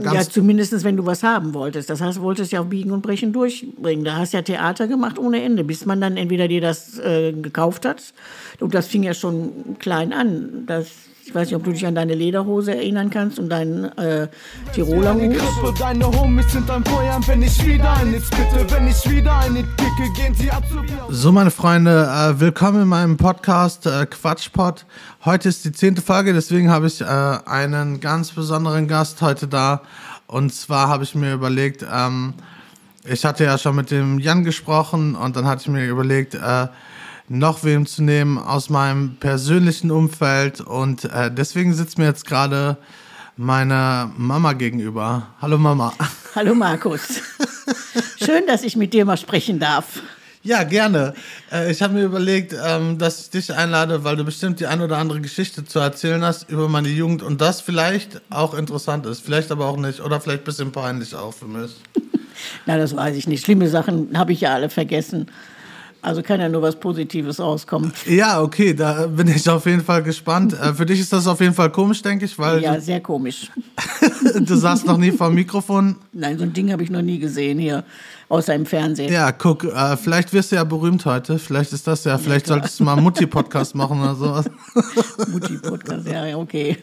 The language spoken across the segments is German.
Ja, zumindest wenn du was haben wolltest. Das heißt, du wolltest ja auf Biegen und Brechen durchbringen. Da hast du ja Theater gemacht ohne Ende, bis man dann entweder dir das gekauft hat. Und das fing ja schon klein an. Ich weiß nicht, ob du dich an deine Lederhose erinnern kannst und deinen Tiroler Hut. Deine Homies sind ein Feuer, wenn ich wieder ein Nitz, bitte, wenn ich wieder eine Dicke, gehen sie ab zu mir. So, meine Freunde, willkommen in meinem Podcast Quatschpod. Heute ist die 10. Folge, deswegen habe ich einen ganz besonderen Gast heute da. Und zwar habe ich mir überlegt, ich hatte ja schon mit dem Jan gesprochen und dann hatte ich mir überlegt, noch wem zu nehmen aus meinem persönlichen Umfeld und deswegen sitzt mir jetzt gerade meine Mama gegenüber. Hallo Mama. Hallo Markus. Schön, dass ich mit dir mal sprechen darf. Ja, gerne. Ich habe mir überlegt, dass ich dich einlade, weil du bestimmt die ein oder andere Geschichte zu erzählen hast über meine Jugend und das vielleicht auch interessant ist, vielleicht aber auch nicht oder vielleicht ein bisschen peinlich auch für mich. Na, das weiß ich nicht. Schlimme Sachen habe ich ja alle vergessen. Also kann ja nur was Positives rauskommen. Ja, okay, da bin ich auf jeden Fall gespannt. Für dich ist das auf jeden Fall komisch, denke ich, weil... Ja, sehr komisch. Du saßt noch nie vor dem Mikrofon? Nein, so ein Ding habe ich noch nie gesehen hier, außer im Fernsehen. Ja, guck, vielleicht wirst du ja berühmt heute. Vielleicht ist das ja, vielleicht solltest du mal einen Mutti-Podcast machen oder sowas. Mutti-Podcast, ja, okay.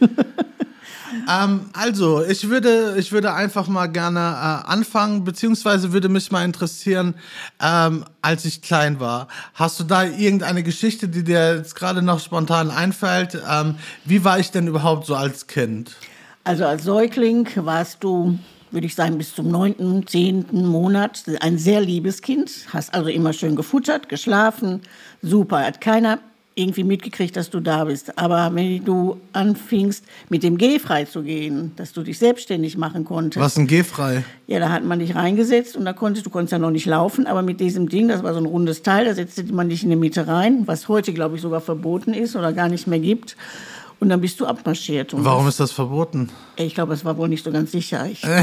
Also, ich würde einfach mal gerne anfangen, beziehungsweise würde mich mal interessieren, als ich klein war. Hast du da irgendeine Geschichte, die dir jetzt gerade noch spontan einfällt? Wie war ich denn überhaupt so als Kind? Also als Säugling warst du, würde ich sagen, bis zum 9., 10. Monat ein sehr liebes Kind. Hast also immer schön gefuttert, geschlafen, super. Hat keiner irgendwie mitgekriegt, dass du da bist. Aber wenn du anfingst, mit dem Gehfrei zu gehen, dass du dich selbstständig machen konntest. Was ein Gehfrei? Ja, da hat man dich reingesetzt und du konntest ja noch nicht laufen, aber mit diesem Ding, das war so ein rundes Teil, da setzte man dich in die Mitte rein, was heute, glaube ich, sogar verboten ist oder gar nicht mehr gibt. Und dann bist du abmarschiert. Und warum ist das verboten? Ich glaube, es war wohl nicht so ganz sicher.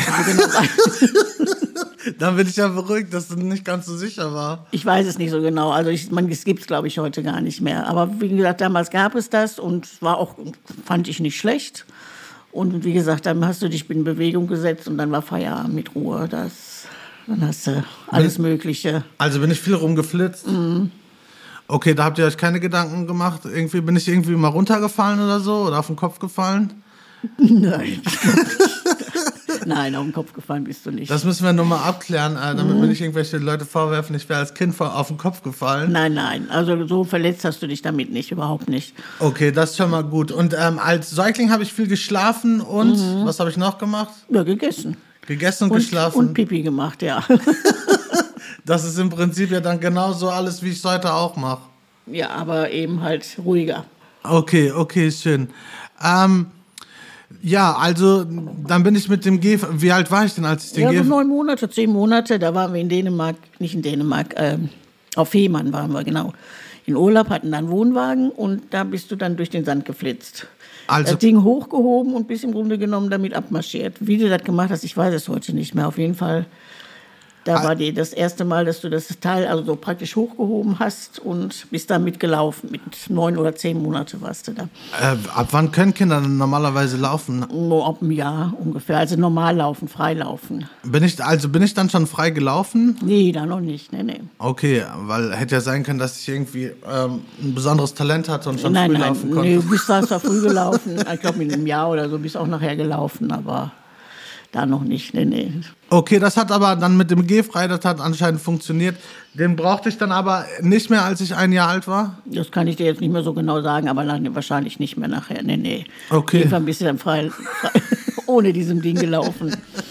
Dann bin ich ja beruhigt, dass du nicht ganz so sicher war. Ich weiß es nicht so genau. Also es gibt es, glaube ich, heute gar nicht mehr. Aber wie gesagt, damals gab es das und es war auch, fand ich nicht schlecht. Und wie gesagt, dann hast du dich in Bewegung gesetzt und dann war Feierabend mit Ruhe. Dann hast du alles Mögliche. Also bin ich viel rumgeflitzt? Mhm. Okay, da habt ihr euch keine Gedanken gemacht? Bin ich irgendwie mal runtergefallen oder so? Oder auf den Kopf gefallen? Nein. Nein, auf den Kopf gefallen bist du nicht. Das müssen wir nur mal abklären, damit mir nicht irgendwelche Leute vorwerfen, ich wäre als Kind auf den Kopf gefallen. Nein, also so verletzt hast du dich damit nicht, überhaupt nicht. Okay, das ist schon mal gut. Und als Säugling habe ich viel geschlafen und was habe ich noch gemacht? Ja, gegessen. Gegessen und geschlafen. Und Pipi gemacht, ja. Das ist im Prinzip ja dann genauso alles, wie ich es heute auch mache. Ja, aber eben halt ruhiger. Okay, schön. Ja, also dann bin ich mit dem Wie alt war ich denn, als ich den so 9 Monate, 10 Monate, da waren wir in Dänemark, auf Fehmarn waren wir, genau. In Urlaub, hatten dann Wohnwagen und da bist du dann durch den Sand geflitzt. Also das Ding hochgehoben und bist im Grunde genommen damit abmarschiert. Wie du das gemacht hast, ich weiß es heute nicht mehr, auf jeden Fall. Da war das erste Mal, dass du das Teil also so praktisch hochgehoben hast und bist da mitgelaufen. Mit 9 oder 10 Monate warst du da. Ab wann können Kinder normalerweise laufen? Ab einem Jahr ungefähr. Also normal laufen, frei laufen. Bin ich dann schon frei gelaufen? Nee, da noch nicht. Nee. Okay, weil hätte ja sein können, dass ich irgendwie ein besonderes Talent hatte und schon früh laufen konnte. Nee, du bist da früh gelaufen. Ich glaube, mit einem Jahr oder so bist auch nachher gelaufen, aber da noch nicht, nee. Okay, das hat aber dann mit dem Gehfrei, das hat anscheinend funktioniert. Den brauchte ich dann aber nicht mehr, als ich 1 Jahr alt war? Das kann ich dir jetzt nicht mehr so genau sagen, aber wahrscheinlich nicht mehr nachher, nee. Okay. Irgendwann bist du dann frei ohne diesem Ding gelaufen.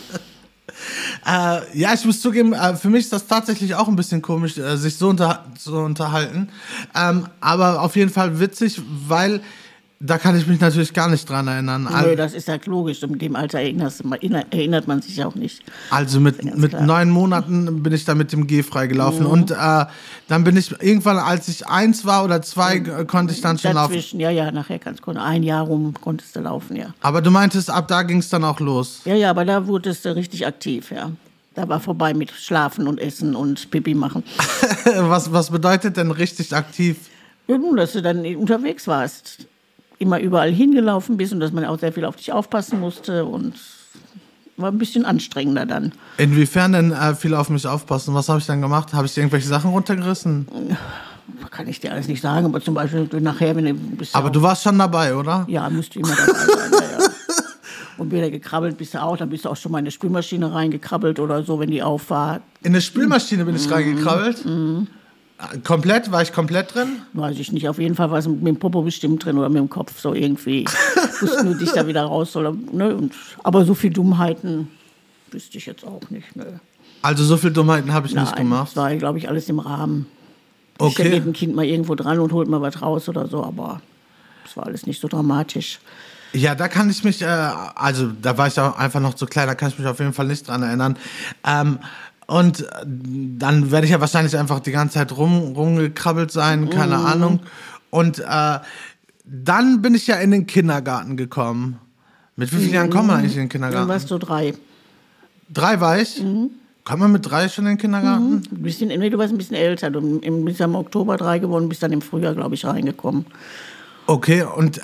Ja, ich muss zugeben, für mich ist das tatsächlich auch ein bisschen komisch, sich so unterhalten. Aber auf jeden Fall witzig, weil... Da kann ich mich natürlich gar nicht dran erinnern. Nö, das ist ja logisch. In dem Alter erinnert man sich auch nicht. Also mit 9 Monaten bin ich da mit dem Gehfrei gelaufen. Und dann bin ich irgendwann, als ich 1 war oder 2, konnte ich dann schon laufen. Ja, nachher 1 Jahr rum konntest du laufen, ja. Aber du meintest, ab da ging es dann auch los? Ja, aber da wurdest du richtig aktiv, ja. Da war vorbei mit Schlafen und Essen und Pipi machen. Was bedeutet denn richtig aktiv? Ja, nun, dass du dann unterwegs warst. Immer überall hingelaufen bist und dass man auch sehr viel auf dich aufpassen musste und war ein bisschen anstrengender dann. Inwiefern denn viel auf mich aufpassen? Was habe ich dann gemacht? Habe ich dir irgendwelche Sachen runtergerissen? Kann ich dir alles nicht sagen, aber zum Beispiel nachher, wenn du bist. Aber du warst schon dabei, oder? Ja, müsste immer dabei sein. Ja. Und wieder gekrabbelt bist du auch, dann bist du auch schon mal in eine Spülmaschine reingekrabbelt oder so, wenn die auf war. In eine Spülmaschine bin ich reingekrabbelt? Komplett? War ich komplett drin? Weiß ich nicht, auf jeden Fall war es mit dem Popo bestimmt drin oder mit dem Kopf so irgendwie. Wussten nur dich da wieder raus. Oder, ne? Aber so viel Dummheiten wüsste ich jetzt auch nicht. Ne? Also so viel Dummheiten habe ich nicht gemacht? Das war, glaube ich, alles im Rahmen. Okay. Da geht ein Kind mal irgendwo dran und holt mal was raus oder so, aber das war alles nicht so dramatisch. Ja, da kann ich mich, also da war ich auch einfach noch zu klein, da kann ich mich auf jeden Fall nicht dran erinnern. Und dann werde ich ja wahrscheinlich einfach die ganze Zeit rumgekrabbelt sein, keine Ahnung. Und dann bin ich ja in den Kindergarten gekommen. Mit wie vielen Jahren kommt man eigentlich in den Kindergarten? Dann warst du 3. 3 war ich? Kommt man mit 3 schon in den Kindergarten? Du warst ein bisschen älter. Du bist ja im Oktober 3 geworden, bist dann im Frühjahr, glaube ich, reingekommen. Okay, und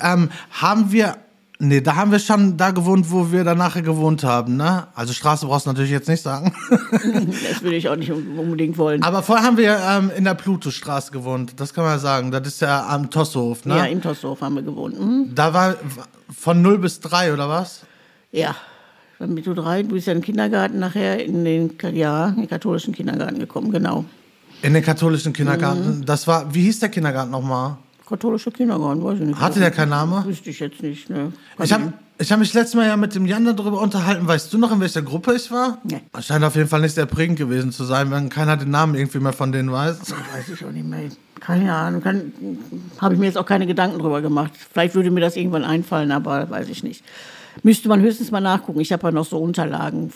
da haben wir schon da gewohnt, wo wir dann nachher gewohnt haben, ne? Also Straße brauchst du natürlich jetzt nicht sagen. Das würde ich auch nicht unbedingt wollen. Aber vorher haben wir in der Plutostraße gewohnt, das kann man sagen. Das ist ja am Toshof, ne? Ja, im Toshof haben wir gewohnt. Da war von 0 bis 3, oder was? Ja, dann bist du 3, du bist ja im Kindergarten nachher in den katholischen Kindergarten gekommen, genau. In den katholischen Kindergarten? Das war, wie hieß der Kindergarten nochmal? Katholischer Kindergarten, weiß ich nicht. Hatte der keinen Namen? Wüsste ich jetzt nicht, ne. Ich hab mich letztes Mal ja mit dem Jan darüber unterhalten. Weißt du noch, in welcher Gruppe ich war? Nee. Scheint auf jeden Fall nicht sehr prägend gewesen zu sein, wenn keiner den Namen irgendwie mehr von denen weiß. Das weiß ich auch nicht mehr. Keine Ahnung. Habe ich mir jetzt auch keine Gedanken drüber gemacht. Vielleicht würde mir das irgendwann einfallen, aber weiß ich nicht. Müsste man höchstens mal nachgucken. Ich habe ja noch so Unterlagen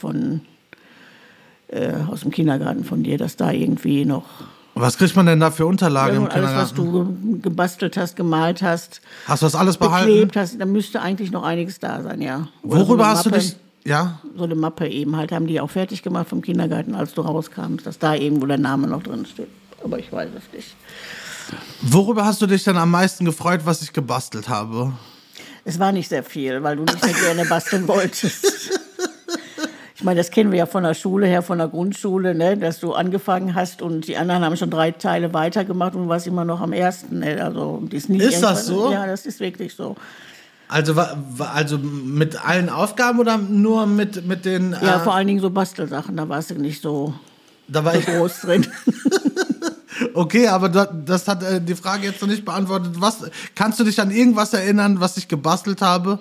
aus dem Kindergarten von dir, dass da irgendwie noch... Was kriegt man denn da für Unterlagen im Kindergarten? Alles, was du gebastelt hast, gemalt hast. Hast du das alles behalten? Beklebt hast, da müsste eigentlich noch einiges da sein, ja. Oder worüber hast du dich... Ja? So eine Mappe eben halt, haben die auch fertig gemacht vom Kindergarten, als du rauskamst, dass da irgendwo der Name noch drin steht. Aber ich weiß es nicht. Worüber hast du dich dann am meisten gefreut, was ich gebastelt habe? Es war nicht sehr viel, weil du nicht sehr gerne basteln wolltest. Ich meine, das kennen wir ja von der Schule her, von der Grundschule, ne, dass du angefangen hast und die anderen haben schon 3 Teile weitergemacht und du warst immer noch am ersten. Ne? Also, ist das so? Ja, das ist wirklich so. Also mit allen Aufgaben oder nur mit den... Ja, vor allen Dingen so Bastelsachen, da warst du nicht so groß drin. Okay, aber das hat die Frage jetzt noch nicht beantwortet. Kannst du dich an irgendwas erinnern, was ich gebastelt habe?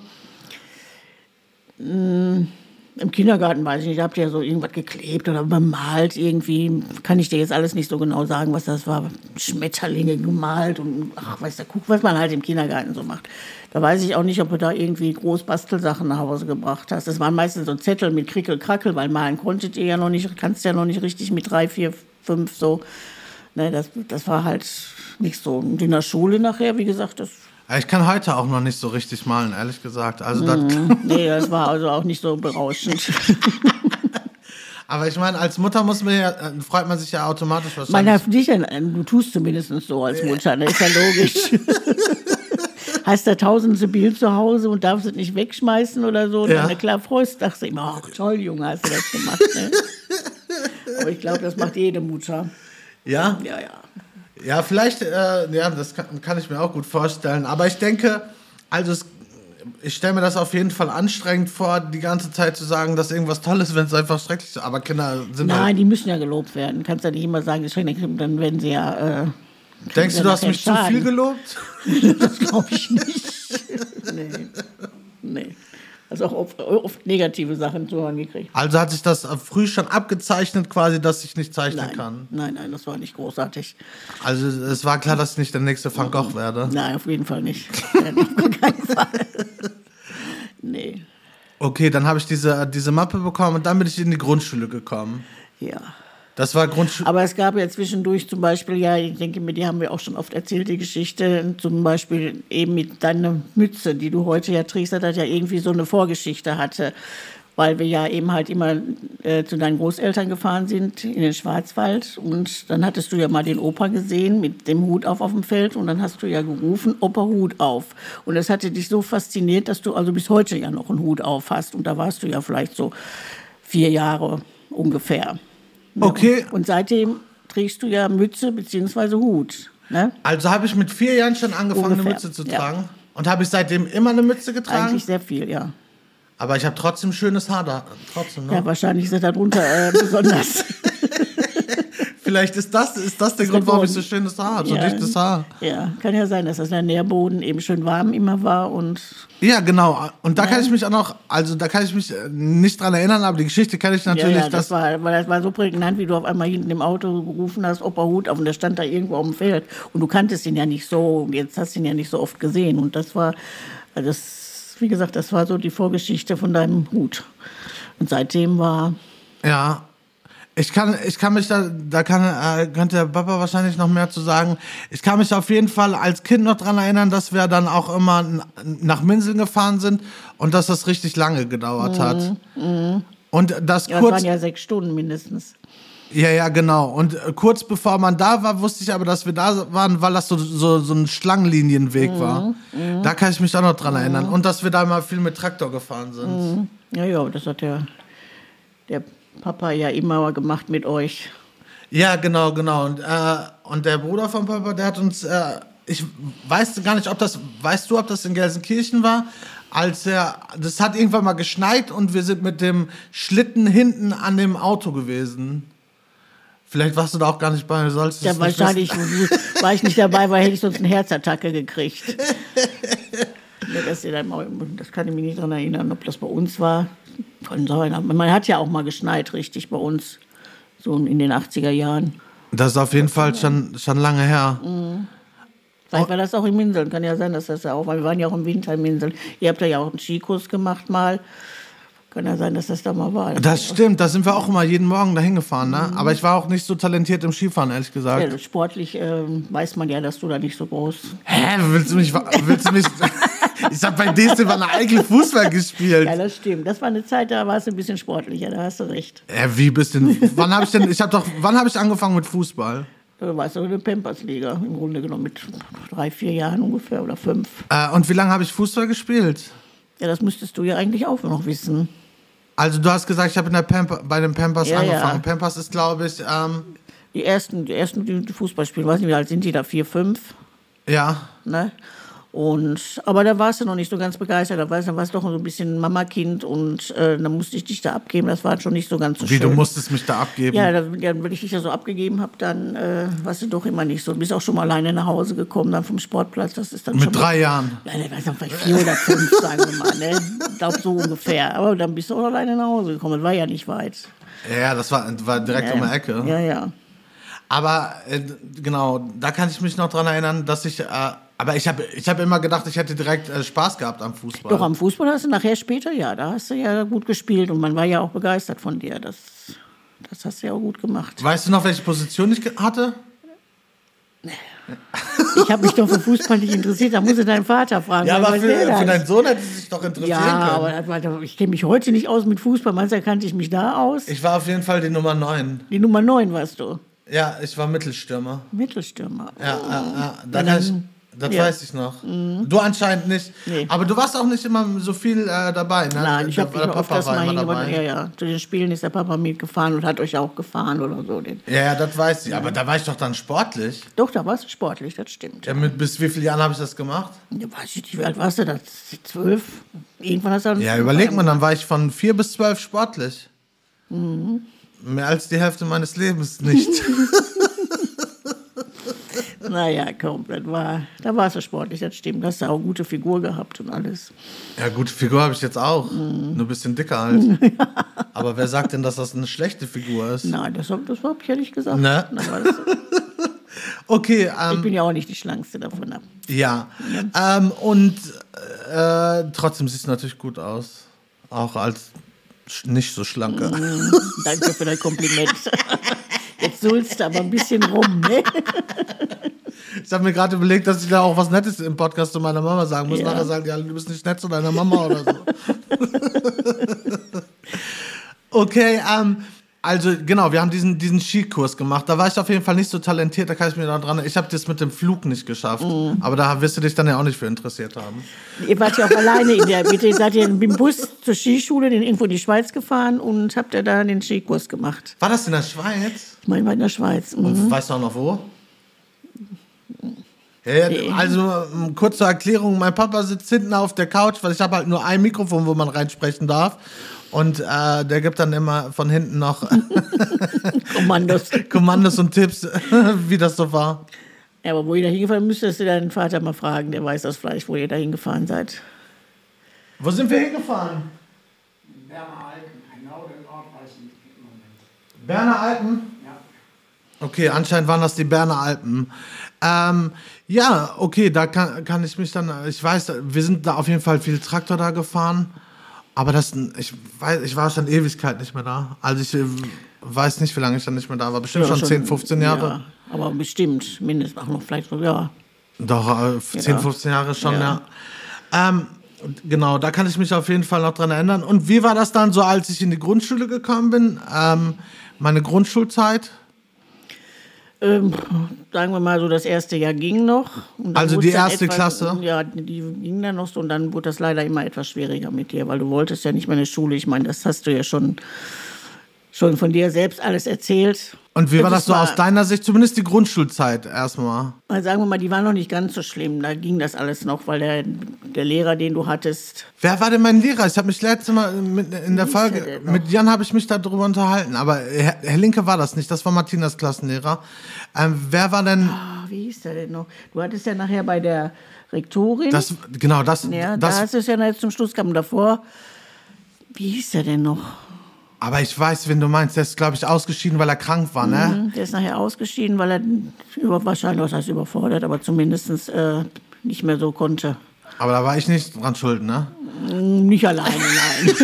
Im Kindergarten weiß ich nicht, da habt ihr ja so irgendwas geklebt oder bemalt irgendwie. Kann ich dir jetzt alles nicht so genau sagen, was das war. Schmetterlinge gemalt und guck, was man halt im Kindergarten so macht. Da weiß ich auch nicht, ob du da irgendwie groß Bastelsachen nach Hause gebracht hast. Das waren meistens so Zettel mit Krickel-Krackel, weil malen konntet ihr ja noch nicht, kannst ja noch nicht richtig mit 3, 4, 5 so. Ne, das war halt nicht so. Und in der Schule nachher, wie gesagt, das... Ich kann heute auch noch nicht so richtig malen, ehrlich gesagt. Also nee, das war also auch nicht so berauschend. Aber ich meine, als Mutter freut man sich ja automatisch wahrscheinlich. Du tust zumindest so als Mutter, das ist ja logisch. Hast da tausende Bild zu Hause und darfst es nicht wegschmeißen oder so. Und dann, klar, freust du, dachtest du immer, oh, toll, Junge, hast du das gemacht. Ne? Aber ich glaube, das macht jede Mutter. Ja? Ja. Ja, vielleicht, das kann ich mir auch gut vorstellen. Aber ich denke, ich stelle mir das auf jeden Fall anstrengend vor, die ganze Zeit zu sagen, dass irgendwas toll ist, wenn es einfach schrecklich ist. Aber Kinder sind Nein, die müssen ja gelobt werden. Du kannst ja nicht immer sagen, dann werden sie ja... Denkst du, du hast mich zu viel gelobt? Das glaube ich nicht. Nee. Also auch oft negative Sachen zu hören gekriegt. Also hat sich das früh schon abgezeichnet quasi, dass ich nicht zeichnen kann? Nein, das war nicht großartig. Also es war klar, dass ich nicht der nächste Van Gogh werde? Nein, auf jeden Fall nicht. Auf keinen Fall. Nee. Okay, dann habe ich diese Mappe bekommen und dann bin ich in die Grundschule gekommen. Ja. Das war Grundschule. Aber es gab ja zwischendurch zum Beispiel, ja, ich denke mir, die haben wir auch schon oft erzählt, die Geschichte, zum Beispiel eben mit deiner Mütze, die du heute ja trägst, dass das ja irgendwie so eine Vorgeschichte hatte. Weil wir ja eben halt immer zu deinen Großeltern gefahren sind in den Schwarzwald. Und dann hattest du ja mal den Opa gesehen mit dem Hut auf dem Feld. Und dann hast du ja gerufen, Opa, Hut auf. Und das hatte dich so fasziniert, dass du also bis heute ja noch einen Hut auf hast. Und da warst du ja vielleicht so 4 Jahre ungefähr. Okay. Und seitdem trägst du ja Mütze bzw. Hut. Ne? Also habe ich mit 4 Jahren schon angefangen, ungefähr eine Mütze zu tragen. Ja. Und habe ich seitdem immer eine Mütze getragen? Eigentlich sehr viel, ja. Aber ich habe trotzdem schönes Haar da. Trotzdem, ne? Ja, wahrscheinlich ist das darunter besonders. Vielleicht ist das der Grund, warum ich so schönes Haar habe, so dichtes Haar. Ja, kann ja sein, dass das der Nährboden eben schön warm immer war. Und ja, genau. Und da kann ich mich auch noch, also da kann ich mich nicht dran erinnern, aber die Geschichte kann ich natürlich. Ja, das war so prägnant, wie du auf einmal hinten im Auto gerufen hast, Opa Hut auf, und der stand da irgendwo auf dem Feld. Und du kanntest ihn ja nicht so, und jetzt hast du ihn ja nicht so oft gesehen. Und das war, wie gesagt, das war so die Vorgeschichte von deinem Hut. Und seitdem war... Ja, ich kann mich könnte der Papa wahrscheinlich noch mehr zu sagen. Ich kann mich auf jeden Fall als Kind noch daran erinnern, dass wir dann auch immer nach Minseln gefahren sind und dass das richtig lange gedauert hat. Und das das waren ja 6 Stunden mindestens. Ja, genau. Und kurz bevor man da war, wusste ich aber, dass wir da waren, weil das so ein Schlangenlinienweg war. Da kann ich mich auch noch dran erinnern. Und dass wir da mal viel mit Traktor gefahren sind. Ja, das hat der Papa ja immer gemacht mit euch. Ja, genau. Und der Bruder von Papa, der hat uns, ich weiß gar nicht, weißt du, ob das in Gelsenkirchen war? Das hat irgendwann mal geschneit und wir sind mit dem Schlitten hinten an dem Auto gewesen. Vielleicht warst du da auch gar nicht bei, sollst du ja, wahrscheinlich war ich nicht dabei, weil hätte ich sonst eine Herzattacke gekriegt. Das kann ich mich nicht daran erinnern, ob das bei uns war. Man hat ja auch mal geschneit, richtig, bei uns, so in den 80er Jahren. Das ist auf jeden Fall schon lange her. Vielleicht war das auch in Minseln, kann ja sein, dass das ja auch, weil wir waren ja auch im Winter in Minseln. Ihr habt ja auch einen Skikurs gemacht mal. Kann ja sein, dass das da mal war. Das stimmt, da sind wir auch immer jeden Morgen dahin gefahren, ne? Aber ich war auch nicht so talentiert im Skifahren, ehrlich gesagt. Ja, sportlich weiß man ja, dass du da nicht so groß... Hä? Willst du mich... Ich habe bei Destevan Eichel Fußball gespielt. Ja, das stimmt. Das war eine Zeit, da warst du ein bisschen sportlicher, da hast du recht. Wie bisschen? Wann habe ich angefangen mit Fußball? Du warst doch in der Pampers-Liga, im Grunde genommen mit 3, 4 Jahren ungefähr oder 5. Und wie lange habe ich Fußball gespielt? Ja, das müsstest du ja eigentlich auch noch wissen. Also du hast gesagt, ich habe bei den Pampers angefangen. Ja. Pampers ist, glaube ich... Die ersten, die Fußball spielen, weiß nicht, wie alt sind die da? 4, 5? Ja. Ne? Aber da warst du noch nicht so ganz begeistert. Da warst du doch so ein bisschen Mamakind und dann musste ich dich da abgeben. Das war schon nicht so ganz so schön. Wie, du musstest mich da abgeben? Ja, wenn ich dich da so abgeben habe, dann warst du doch immer nicht so. Du bist auch schon mal alleine nach Hause gekommen, dann vom Sportplatz. Das ist dann mit schon 3 Jahren? Ja, ich weiß nicht, vielleicht 4 oder 5, sagen wir mal. Ne? Ich glaube, so ungefähr. Aber dann bist du auch alleine nach Hause gekommen. Das war ja nicht weit. Ja, das war direkt um die Ecke. Ja. Aber genau, da kann ich mich noch dran erinnern, dass aber ich hab immer gedacht, ich hätte direkt Spaß gehabt am Fußball. Doch, am Fußball hast du nachher später, ja. Da hast du ja gut gespielt und man war ja auch begeistert von dir. Das hast du ja auch gut gemacht. Weißt du noch, welche Position ich hatte? Ich habe mich doch für Fußball nicht interessiert. Da muss ich deinen Vater fragen. Ja, aber für deinen Sohn hätte es sich doch interessieren können. Ja, aber ich kenne mich heute nicht aus mit Fußball. Manchmal kannte ich mich da aus. Ich war auf jeden Fall die Nummer 9. Die Nummer 9 warst du? Ja, ich war Mittelstürmer. Mittelstürmer? Ja. Das weiß ich noch. Du anscheinend nicht. Nee. Aber du warst auch nicht immer so viel dabei, ne? Nein, ich habe öfters mal hingebracht. Ja. Zu den Spielen ist der Papa mitgefahren und hat euch auch gefahren oder so. Ja, das weiß ich. Aber da war ich doch dann sportlich. Doch, da warst du sportlich, das stimmt. Ja, bis wie vielen Jahren habe ich das gemacht? Ja, weiß ich nicht, wie alt warst du da? 12? Irgendwann hast du dann... Ja, überleg mal, dann war ich von 4 bis 12 sportlich. Mehr als die Hälfte meines Lebens nicht. Naja, komm, da warst du sportlich, das stimmt. Da hast du auch eine gute Figur gehabt und alles. Ja, gute Figur habe ich jetzt auch. Nur ein bisschen dicker halt. Aber wer sagt denn, dass das eine schlechte Figur ist? Nein, das habe ich ja nicht gesagt. Ne? Okay. Ich bin ja auch nicht die Schlankste davon ab. Ja. Und trotzdem siehst du natürlich gut aus. Auch als nicht so schlanker. Danke für dein Kompliment. Jetzt sulst du aber ein bisschen rum, ne? Ich habe mir gerade überlegt, dass ich da auch was Nettes im Podcast zu meiner Mama sagen muss. Ja. Nachher sagen, ja, du bist nicht nett zu deiner Mama oder so. Okay, also genau, wir haben diesen Skikurs gemacht. Da war ich auf jeden Fall nicht so talentiert, da kann ich mir noch dran. Ich habe das mit dem Flug nicht geschafft. Aber da wirst du dich dann ja auch nicht für interessiert haben. Ihr wart ja auch alleine in der Mitte. Ihr seid ja mit dem Bus zur Skischule irgendwo in die Schweiz gefahren und habt ja da den Skikurs gemacht. War das in der Schweiz? Ich meine, war in der Schweiz. Und weißt du auch noch wo? Ja, also kurz zur Erklärung, mein Papa sitzt hinten auf der Couch, weil ich habe halt nur ein Mikrofon, wo man reinsprechen darf. Und der gibt dann immer von hinten noch Kommandos und Tipps, wie das so war. Ja, aber wo ihr da hingefahren müsstest du deinen Vater mal fragen, der weiß das vielleicht, wo ihr da hingefahren seid. Wo sind wir hingefahren? Berner Alpen, genau den Ort weiß ich nicht im Moment. Berner Alpen? Ja. Okay, anscheinend waren das die Berner Alpen. Ja, okay, da kann ich mich dann, ich weiß, wir sind da auf jeden Fall viel Traktor da gefahren. Aber ich war schon Ewigkeit nicht mehr da. Also ich weiß nicht, wie lange ich dann nicht mehr da war. Bestimmt schon 10, 15 Jahre. Ja, aber bestimmt, mindestens auch noch vielleicht so, ja. Doch, 10, 15 Jahre schon, ja. Genau, da kann ich mich auf jeden Fall noch dran erinnern. Und wie war das dann so, als ich in die Grundschule gekommen bin? Meine Grundschulzeit? Sagen wir mal so, das erste Jahr ging noch. Und also die erste Klasse? Ja, die ging dann noch so und dann wurde das leider immer etwas schwieriger mit dir, weil du wolltest ja nicht mehr in die Schule. Ich meine, das hast du ja schon von dir selbst alles erzählt. Und wie war das so aus deiner Sicht, zumindest die Grundschulzeit erstmal? Also sagen wir mal, die war noch nicht ganz so schlimm, da ging das alles noch, weil der Lehrer, den du hattest... Wer war denn mein Lehrer? Ich habe mich letztes Mal in der Folge, mit Jan habe ich mich darüber unterhalten, aber Herr Linke war das nicht, das war Martinas Klassenlehrer. Wer war denn... wie hieß der denn noch? Du hattest ja nachher bei der Rektorin... Da hast du es ja jetzt zum Schluss gehabt und davor... Wie hieß der denn noch? Aber ich weiß, wen du meinst. Der ist, glaube ich, ausgeschieden, weil er krank war, ne? Der ist nachher ausgeschieden, weil er wahrscheinlich, was heißt überfordert, aber zumindest nicht mehr so konnte. Aber da war ich nicht dran schuld, ne? Nicht alleine, nein.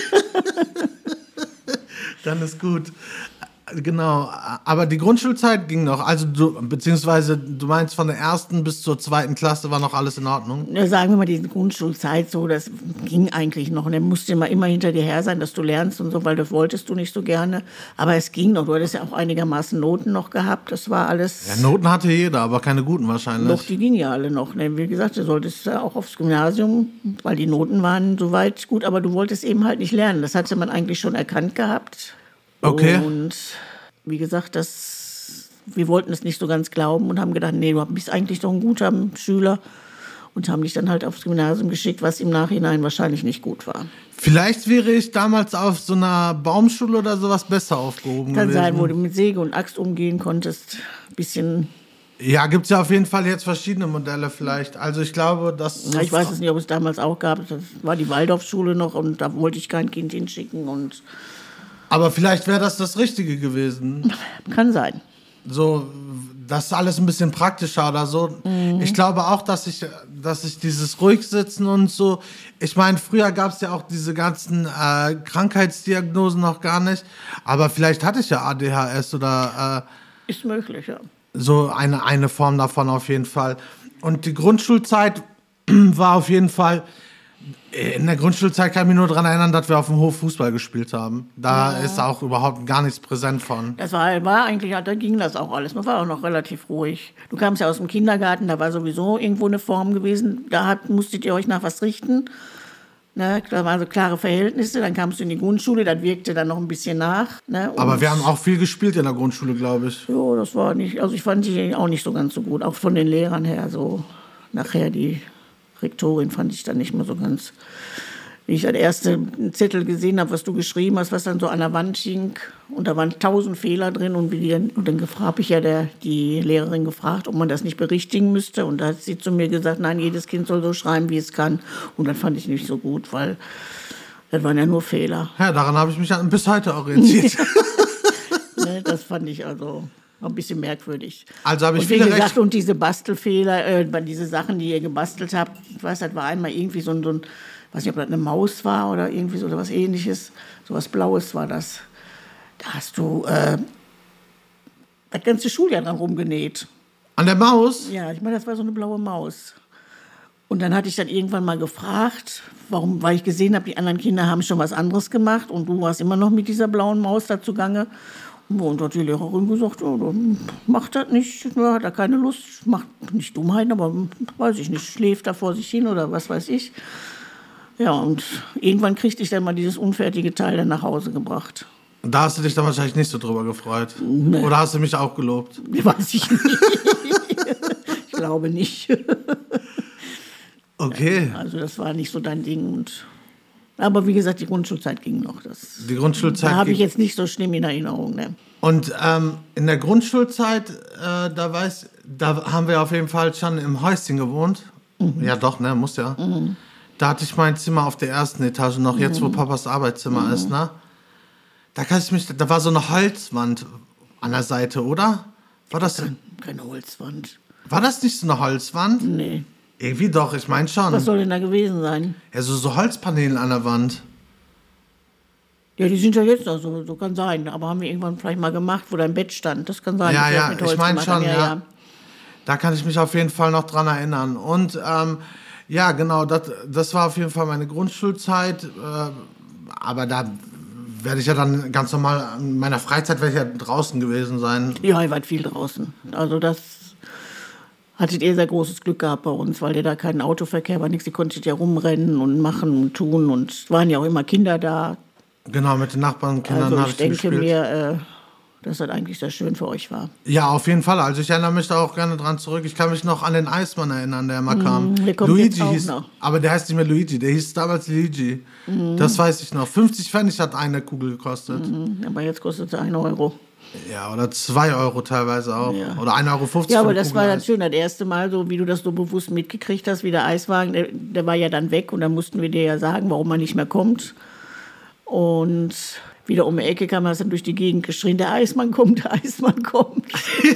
Dann ist gut. Genau, aber die Grundschulzeit ging noch, also beziehungsweise du meinst von der 1. bis zur 2. Klasse war noch alles in Ordnung? Ja, sagen wir mal, die Grundschulzeit so, das ging eigentlich noch. Und dann musste immer hinter dir her sein, dass du lernst und so, weil das wolltest du nicht so gerne. Aber es ging noch, du hattest ja auch einigermaßen Noten noch gehabt, das war alles... Ja, Noten hatte jeder, aber keine guten wahrscheinlich. Doch, die gingen ja alle noch. Wie gesagt, du solltest ja auch aufs Gymnasium, weil die Noten waren soweit gut, aber du wolltest eben halt nicht lernen. Das hatte man eigentlich schon erkannt gehabt. Okay. Und wie gesagt, wir wollten es nicht so ganz glauben und haben gedacht, nee, du bist eigentlich doch ein guter Schüler und haben dich dann halt aufs Gymnasium geschickt, was im Nachhinein wahrscheinlich nicht gut war. Vielleicht wäre ich damals auf so einer Baumschule oder sowas besser aufgehoben Kann gewesen. sein, wo du mit Säge und Axt umgehen konntest, ein bisschen... Ja, gibt es ja auf jeden Fall jetzt verschiedene Modelle vielleicht. Also ich glaube, dass... Ja, ich weiß es nicht, ob es damals auch gab. Das war die Waldorfschule noch und da wollte ich kein Kind hinschicken und... Aber vielleicht wäre das Richtige gewesen. Kann sein. So, das ist alles ein bisschen praktischer oder so. Mhm. Ich glaube auch, dass ich dieses ruhig sitzen und so. Ich meine, früher gab es ja auch diese ganzen Krankheitsdiagnosen noch gar nicht. Aber vielleicht hatte ich ja ADHS oder... ist möglich, ja. So eine Form davon auf jeden Fall. Und die Grundschulzeit war auf jeden Fall... In der Grundschulzeit kann ich mich nur daran erinnern, dass wir auf dem Hof Fußball gespielt haben. Da ist auch überhaupt gar nichts präsent von. Das war eigentlich, da ging das auch alles. Man war auch noch relativ ruhig. Du kamst ja aus dem Kindergarten, da war sowieso irgendwo eine Form gewesen. Da musstet ihr euch nach was richten. Ne, da waren so klare Verhältnisse. Dann kamst du in die Grundschule, das wirkte dann noch ein bisschen nach. Ne, aber wir haben auch viel gespielt in der Grundschule, glaube ich. Ja, das war nicht, also ich fand die auch nicht so ganz so gut. Auch von den Lehrern her, so nachher die Rektorin fand ich dann nicht mehr so ganz. Wie ich das erste Zettel gesehen habe, was du geschrieben hast, was dann so an der Wand hing, und da waren 1000 Fehler drin und dann habe ich ja die Lehrerin gefragt, ob man das nicht berichtigen müsste, und da hat sie zu mir gesagt, nein, jedes Kind soll so schreiben, wie es kann, und das fand ich nicht so gut, weil das waren ja nur Fehler. Ja, daran habe ich mich bis heute orientiert. Ne, das fand ich also... ein bisschen merkwürdig. Also habe ich wieder recht. Und diese Bastelfehler, diese Sachen, die ihr gebastelt habt, ich weiß, das war einmal irgendwie so ein, weiß nicht, ob das eine Maus war oder irgendwie so was Ähnliches, so was Blaues war das. Da hast du das ganze Schuljahr dran rumgenäht. An der Maus? Ja, ich meine, das war so eine blaue Maus. Und dann hatte ich dann irgendwann mal gefragt, warum, weil ich gesehen habe, die anderen Kinder haben schon was anderes gemacht und du warst immer noch mit dieser blauen Maus da zugange. Und hat die Lehrerin gesagt, ja, dann macht das nicht, ja, hat er keine Lust, macht nicht Dummheiten, aber weiß ich nicht, schläft da vor sich hin oder was weiß ich. Ja, und irgendwann kriegte ich dann mal dieses unfertige Teil dann nach Hause gebracht. Und da hast du dich dann wahrscheinlich nicht so drüber gefreut? Nee. Oder hast du mich auch gelobt? Weiß ich nicht. Ich glaube nicht. Okay. Also das war nicht so dein Ding. Aber wie gesagt, die Grundschulzeit ging noch. Die Grundschulzeit da habe ich jetzt nicht so schlimm in Erinnerung. Ne? Und in der Grundschulzeit, da haben wir auf jeden Fall schon im Häuschen gewohnt. Mhm. Ja doch, ne, muss ja. Mhm. Da hatte ich mein Zimmer auf der ersten Etage noch, jetzt wo Papas Arbeitszimmer ist, ne? Da war so eine Holzwand an der Seite, oder? War das? Keine Holzwand. War das nicht so eine Holzwand? Nee. Irgendwie doch, ich meine schon. Was soll denn da gewesen sein? Ja, so Holzpaneele an der Wand. Ja, die sind ja jetzt noch so kann sein. Aber haben wir irgendwann vielleicht mal gemacht, wo dein Bett stand. Das kann sein. Ja, ich meine schon, ja. Da kann ich mich auf jeden Fall noch dran erinnern. Und ja, genau, das war auf jeden Fall meine Grundschulzeit. Aber da werde ich ja dann ganz normal, in meiner Freizeit werde ich ja draußen gewesen sein. Ja, ihr wart viel draußen. Also das hattet ihr sehr großes Glück gehabt bei uns, weil ihr da kein Autoverkehr war, nichts. Ihr konntet ja rumrennen und machen und tun und es waren ja auch immer Kinder da. Genau, mit den Nachbarnkindern habe ich gespielt. Ich denke mir, dass das eigentlich sehr schön für euch war. Ja, auf jeden Fall. Also ich erinnere mich da auch gerne dran zurück. Ich kann mich noch an den Eismann erinnern, der immer kam. Luigi hieß, noch. Aber der heißt nicht mehr Luigi, der hieß damals Luigi. Das weiß ich noch. 50 Pfennig hat eine Kugel gekostet. Aber jetzt kostet sie 1 Euro. Ja, oder 2 Euro teilweise auch. Ja. Oder 1,50 Euro. Ja, aber das war dann schön, das erste Mal, so wie du das so bewusst mitgekriegt hast, wie der Eiswagen, der war ja dann weg und dann mussten wir dir ja sagen, warum er nicht mehr kommt. Und wieder um die Ecke kam er dann durch die Gegend geschrien, der Eismann kommt, der Eismann kommt.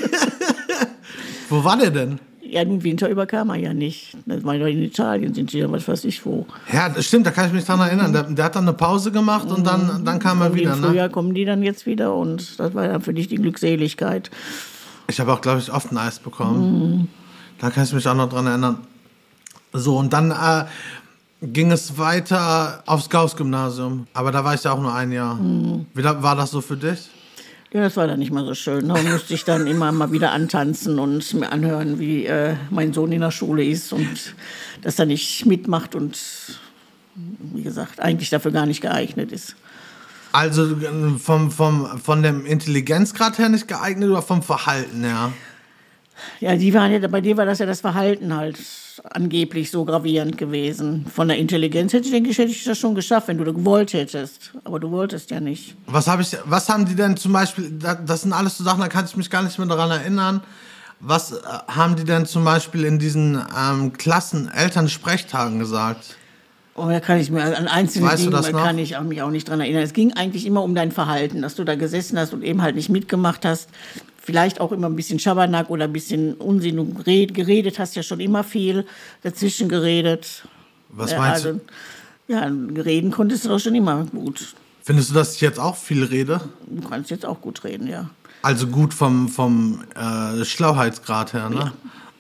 Wo war der denn? Ja, im Winter über kam er ja nicht. Das war ja in Italien, sind die ja, was weiß ich wo. Ja, das stimmt, da kann ich mich dran erinnern. Der hat dann eine Pause gemacht und dann kam er wieder. Im Frühjahr kommen die dann jetzt wieder und das war dann für dich die Glückseligkeit. Ich habe auch, glaube ich, oft ein Eis bekommen. Da kann ich mich auch noch dran erinnern. So, und dann ging es weiter aufs Gauß-Gymnasium. Aber da war ich ja auch nur ein Jahr. Wie war das so für dich? Ja, das war dann nicht mal so schön. Da musste ich dann immer mal wieder antanzen und mir anhören, wie mein Sohn in der Schule ist und dass er nicht mitmacht und, wie gesagt, eigentlich dafür gar nicht geeignet ist. Also von dem Intelligenzgrad her nicht geeignet oder vom Verhalten her? Ja, bei dir war das ja das Verhalten halt angeblich so gravierend gewesen. Von der Intelligenz hätte ich das schon geschafft, wenn du gewollt hättest. Aber du wolltest ja nicht. Was haben die denn zum Beispiel, das sind alles so Sachen, da kann ich mich gar nicht mehr daran erinnern. Was haben die denn zum Beispiel in diesen Klassen-Elternsprechtagen gesagt? Oh, da kann ich mir an einzelne Dinge kann ich mich auch nicht dran erinnern. Es ging eigentlich immer um dein Verhalten, dass du da gesessen hast und eben halt nicht mitgemacht hast. Vielleicht auch immer ein bisschen Schabernack oder ein bisschen Unsinn. Du geredet hast ja schon immer viel, dazwischen geredet. Was meinst du? Ja, reden konntest du doch schon immer gut. Findest du, dass ich jetzt auch viel rede? Du kannst jetzt auch gut reden, ja. Also gut vom Schlauheitsgrad her, ne?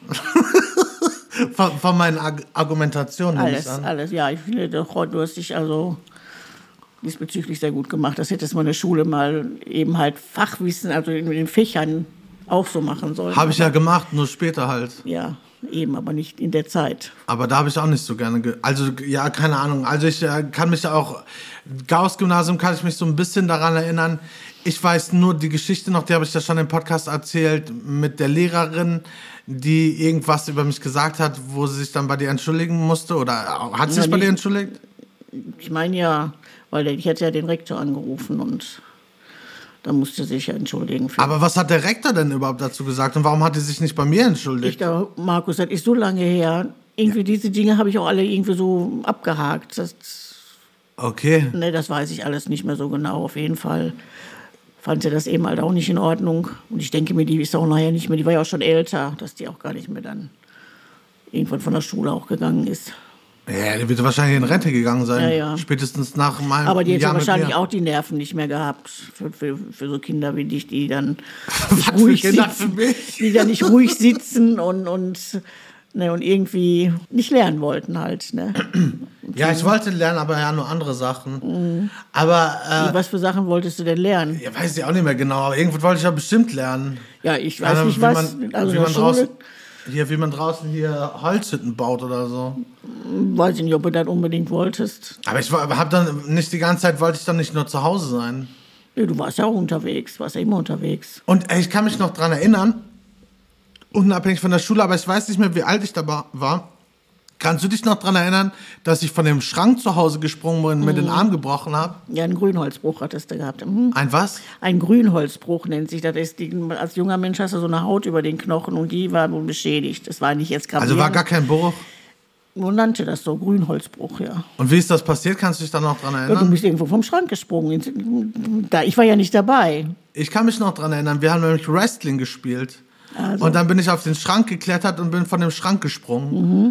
Ja. von meinen Argumentationen. Alles, ja. Ich finde, du hast dich also diesbezüglich sehr gut gemacht. Das hätte es mal in der Schule mal eben halt Fachwissen, also in den Fächern auch so machen sollen. Habe ich ja gemacht, nur später halt. Ja, eben, aber nicht in der Zeit. Aber da habe ich auch nicht so gerne, also ja, keine Ahnung. Also ich kann mich auch, Gauß-Gymnasium kann ich mich so ein bisschen daran erinnern. Ich weiß nur die Geschichte noch, die habe ich ja schon im Podcast erzählt, mit der Lehrerin, die irgendwas über mich gesagt hat, wo sie sich dann bei dir entschuldigen musste. Oder hat sie sich bei dir entschuldigt? Ich meine ja, weil ich hätte ja den Rektor angerufen und da musste sie sich ja entschuldigen. Aber was hat der Rektor denn überhaupt dazu gesagt und warum hat er sich nicht bei mir entschuldigt? Markus, das ist so lange her. Irgendwie diese Dinge habe ich auch alle irgendwie so abgehakt. Okay. Ne, das weiß ich alles nicht mehr so genau, auf jeden Fall. Fand sie das eben halt auch nicht in Ordnung. Und ich denke mir, die ist auch nachher nicht mehr, die war ja auch schon älter, dass die auch gar nicht mehr dann irgendwann von der Schule auch gegangen ist. Ja, die wird wahrscheinlich in Rente gegangen sein. Ja. Spätestens nach meinem Aber die hätte Jahr wahrscheinlich auch die Nerven nicht mehr gehabt für so Kinder wie dich, die dann nicht ruhig sitzen und Ne, und irgendwie nicht lernen wollten halt. Ne? Ja, ich wollte lernen, aber ja nur andere Sachen. Aber was für Sachen wolltest du denn lernen? ja, weiß ich auch nicht mehr genau, aber irgendwas wollte ich ja bestimmt lernen. Ja, ich weiß nicht was. Wie man draußen hier Holzhütten baut oder so. Weiß ich nicht, ob du das unbedingt wolltest. Aber ich habe dann nicht die ganze Zeit, wollte ich dann nicht nur zu Hause sein. Ja, du warst ja auch unterwegs, warst ja immer unterwegs. Und ich kann mich noch dran erinnern, unabhängig von der Schule, aber ich weiß nicht mehr, wie alt ich da war. Kannst du dich noch dran erinnern, dass ich von dem Schrank zu Hause gesprungen bin und mir den Arm gebrochen habe? Ja, einen Grünholzbruch hattest du gehabt. Mhm. Ein was? Ein Grünholzbruch nennt sich das. Als junger Mensch hast du so eine Haut über den Knochen und die war wohl beschädigt. Das war nicht jetzt gravierend. Also war gar kein Bruch? Man nannte das so, Grünholzbruch, ja. Und wie ist das passiert? Kannst du dich da noch dran erinnern? Ja, du bist irgendwo vom Schrank gesprungen. Ich war ja nicht dabei. Ich kann mich noch dran erinnern. Wir haben nämlich Wrestling gespielt. Also. Und dann bin ich auf den Schrank geklettert und bin von dem Schrank gesprungen.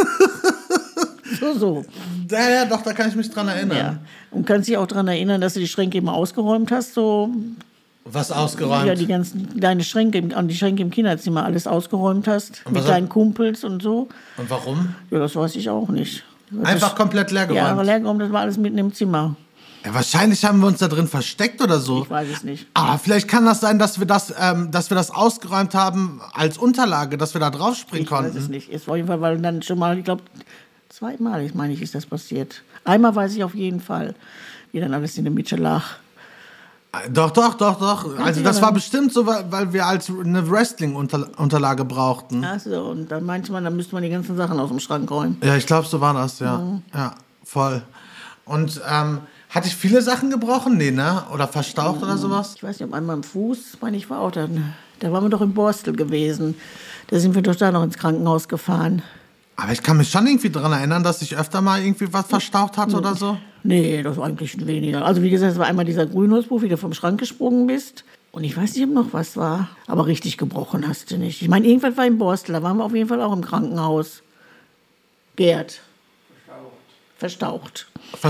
So. Ja, doch, da kann ich mich dran erinnern. Ja. Und kannst dich auch dran erinnern, dass du die Schränke immer ausgeräumt hast? So. Was ausgeräumt? Ja, deine Schränke im Kinderzimmer alles ausgeräumt hast. Mit deinen Kumpels und so. Und warum? Ja, das weiß ich auch nicht. Einfach komplett leer geräumt? Ja, aber leer geräumt, das war alles mitten im Zimmer. Ja, wahrscheinlich haben wir uns da drin versteckt oder so. Ich weiß es nicht. Ah, vielleicht kann das sein, dass wir das ausgeräumt haben als Unterlage, dass wir da drauf springen konnten. Ich weiß es nicht. Es war auf jeden Fall, weil dann schon mal, ich glaube, zweimal, ist das passiert. Einmal weiß ich auf jeden Fall, wie dann alles in der Mitte lag. Doch. Also das war bestimmt so, weil wir als eine Wrestling-Unterlage brauchten. Ach so, und dann meinte man, dann müsste man die ganzen Sachen aus dem Schrank räumen. Ja, ich glaube, so war das, ja. Mhm. Ja, voll. Und hatte ich viele Sachen gebrochen? Nee, ne? Oder verstaucht oder sowas? Ich weiß nicht, ob einmal im Fuß, meine ich, war auch dann. Da waren wir doch in Borstel gewesen. Da sind wir doch da noch ins Krankenhaus gefahren. Aber ich kann mich schon irgendwie daran erinnern, dass ich öfter mal irgendwie was verstaucht hatte oder so. Nee, das war eigentlich weniger. Also wie gesagt, es war einmal dieser Grünholzbruch, wie du vom Schrank gesprungen bist. Und ich weiß nicht, ob noch was war. Aber richtig gebrochen hast du nicht. Ich meine, irgendwas war in Borstel. Da waren wir auf jeden Fall auch im Krankenhaus. Gerd. Verstaucht.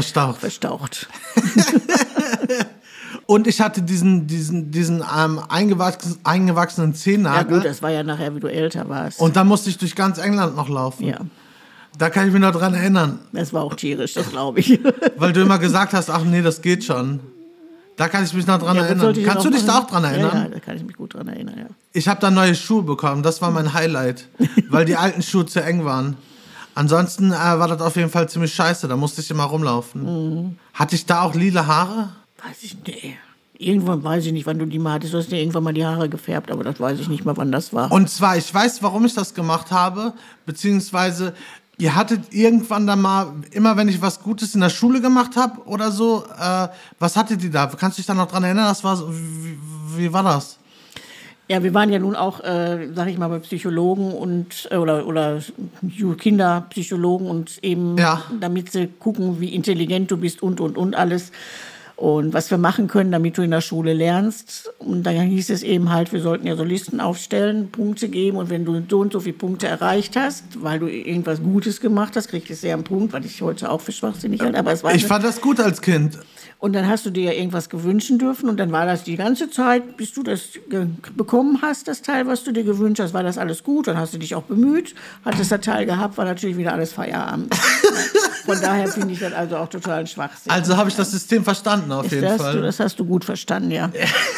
Und ich hatte diesen eingewachsenen Zehennagel. Ja gut, das war ja nachher, wie du älter warst. Und dann musste ich durch ganz England noch laufen. Ja. Da kann ich mich noch dran erinnern. Das war auch tierisch, das glaube ich. Weil du immer gesagt hast, ach nee, das geht schon. Da kann ich mich noch dran erinnern. Kannst du dich da auch dran erinnern? Ja, da kann ich mich gut dran erinnern, ja. Ich habe da neue Schuhe bekommen, das war mein Highlight. Weil die alten Schuhe zu eng waren. Ansonsten war das auf jeden Fall ziemlich scheiße, da musste ich immer rumlaufen. Mhm. Hatte ich da auch lila Haare? Weiß ich nicht. Irgendwann weiß ich nicht, wann du die mal hattest. Du hast dir irgendwann mal die Haare gefärbt, aber das weiß ich nicht mal, wann das war. Und zwar, ich weiß, warum ich das gemacht habe, beziehungsweise ihr hattet irgendwann da mal, immer wenn ich was Gutes in der Schule gemacht habe oder so, was hattet ihr da? Kannst du dich da noch dran erinnern? Das war so, wie war das? Ja, wir waren ja nun auch, sag ich mal, bei Psychologen und oder Kinderpsychologen und eben, damit sie gucken, wie intelligent du bist und alles. Und was wir machen können, damit du in der Schule lernst. Und dann hieß es eben halt, wir sollten ja so Listen aufstellen, Punkte geben. Und wenn du so und so viele Punkte erreicht hast, weil du irgendwas Gutes gemacht hast, kriegst du sehr einen Punkt, weil ich heute auch für schwachsinnig halte. Aber ich fand das gut als Kind. Und dann hast du dir ja irgendwas gewünschen dürfen. Und dann war das die ganze Zeit, bis du das bekommen hast, das Teil, was du dir gewünscht hast, war das alles gut. Dann hast du dich auch bemüht, hattest das Teil gehabt, war natürlich wieder alles Feierabend. Von daher finde ich das also auch total Schwachsinn. Also habe ich das System verstanden auf jeden Fall. Das hast du gut verstanden, ja.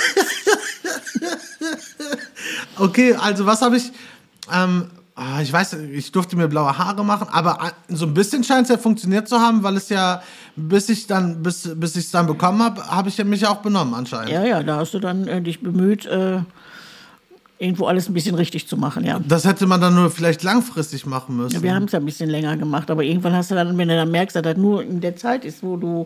Okay, also was habe ich... ich weiß, ich durfte mir blaue Haare machen, aber so ein bisschen scheint es ja funktioniert zu haben, weil es ja, bis ich es dann bekommen habe, habe ich mich ja auch benommen anscheinend. Ja, da hast du dann dich bemüht, irgendwo alles ein bisschen richtig zu machen, ja. Das hätte man dann nur vielleicht langfristig machen müssen. Ja, wir haben es ja ein bisschen länger gemacht, aber irgendwann hast du dann, wenn du dann merkst, dass das nur in der Zeit ist, wo du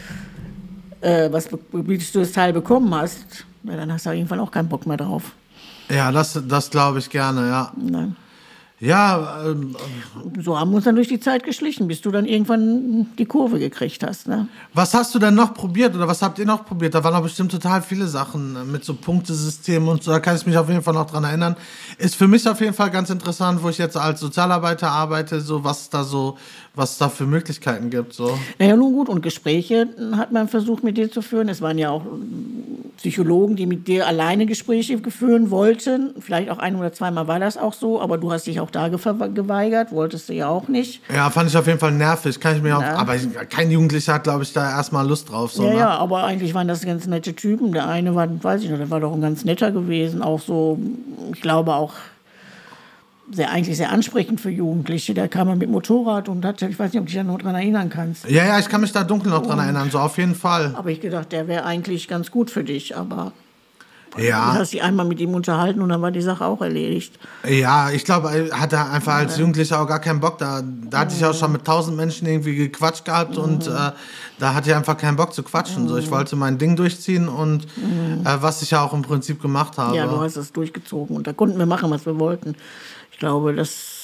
das Teil bekommen hast, ja, dann hast du irgendwann auch keinen Bock mehr drauf. Ja, das glaube ich gerne, ja. Nein. Ja. So haben wir uns dann durch die Zeit geschlichen, bis du dann irgendwann die Kurve gekriegt hast. Ne? Was hast du denn noch probiert oder was habt ihr noch probiert? Da waren doch bestimmt total viele Sachen mit so Punktesystemen und so. Da kann ich mich auf jeden Fall noch dran erinnern. Ist für mich auf jeden Fall ganz interessant, wo ich jetzt als Sozialarbeiter arbeite, so was da für Möglichkeiten gibt. So. Naja, nun gut. Und Gespräche hat man versucht mit dir zu führen. Es waren ja auch Psychologen, die mit dir alleine Gespräche führen wollten. Vielleicht auch 1 oder 2 Mal war das auch so, aber du hast dich auch da geweigert, wolltest du ja auch nicht. Ja, fand ich auf jeden Fall nervig. Kann ich mir auch, aber kein Jugendlicher hat, glaube ich, da erstmal Lust drauf. So, ja, ne? ja, aber eigentlich waren das ganz nette Typen. Der eine war, weiß ich noch, der war doch ein ganz netter gewesen. Auch so, ich glaube auch eigentlich sehr ansprechend für Jugendliche. Der kam mit Motorrad und hatte, ich weiß nicht, ob du dich da noch dran erinnern kannst. Ja, ich kann mich da dunkel noch dran erinnern, so auf jeden Fall. Aber ich gedacht, der wäre eigentlich ganz gut für dich, aber ja. Du hast dich einmal mit ihm unterhalten und dann war die Sache auch erledigt. Ja, ich glaube, er hatte einfach als Jugendlicher auch gar keinen Bock. Da hatte ich auch schon mit 1000 Menschen irgendwie gequatscht gehabt und da hatte ich einfach keinen Bock zu quatschen. So, ich wollte mein Ding durchziehen und was ich ja auch im Prinzip gemacht habe. Ja, du hast es durchgezogen und da konnten wir machen, was wir wollten. Ich glaube,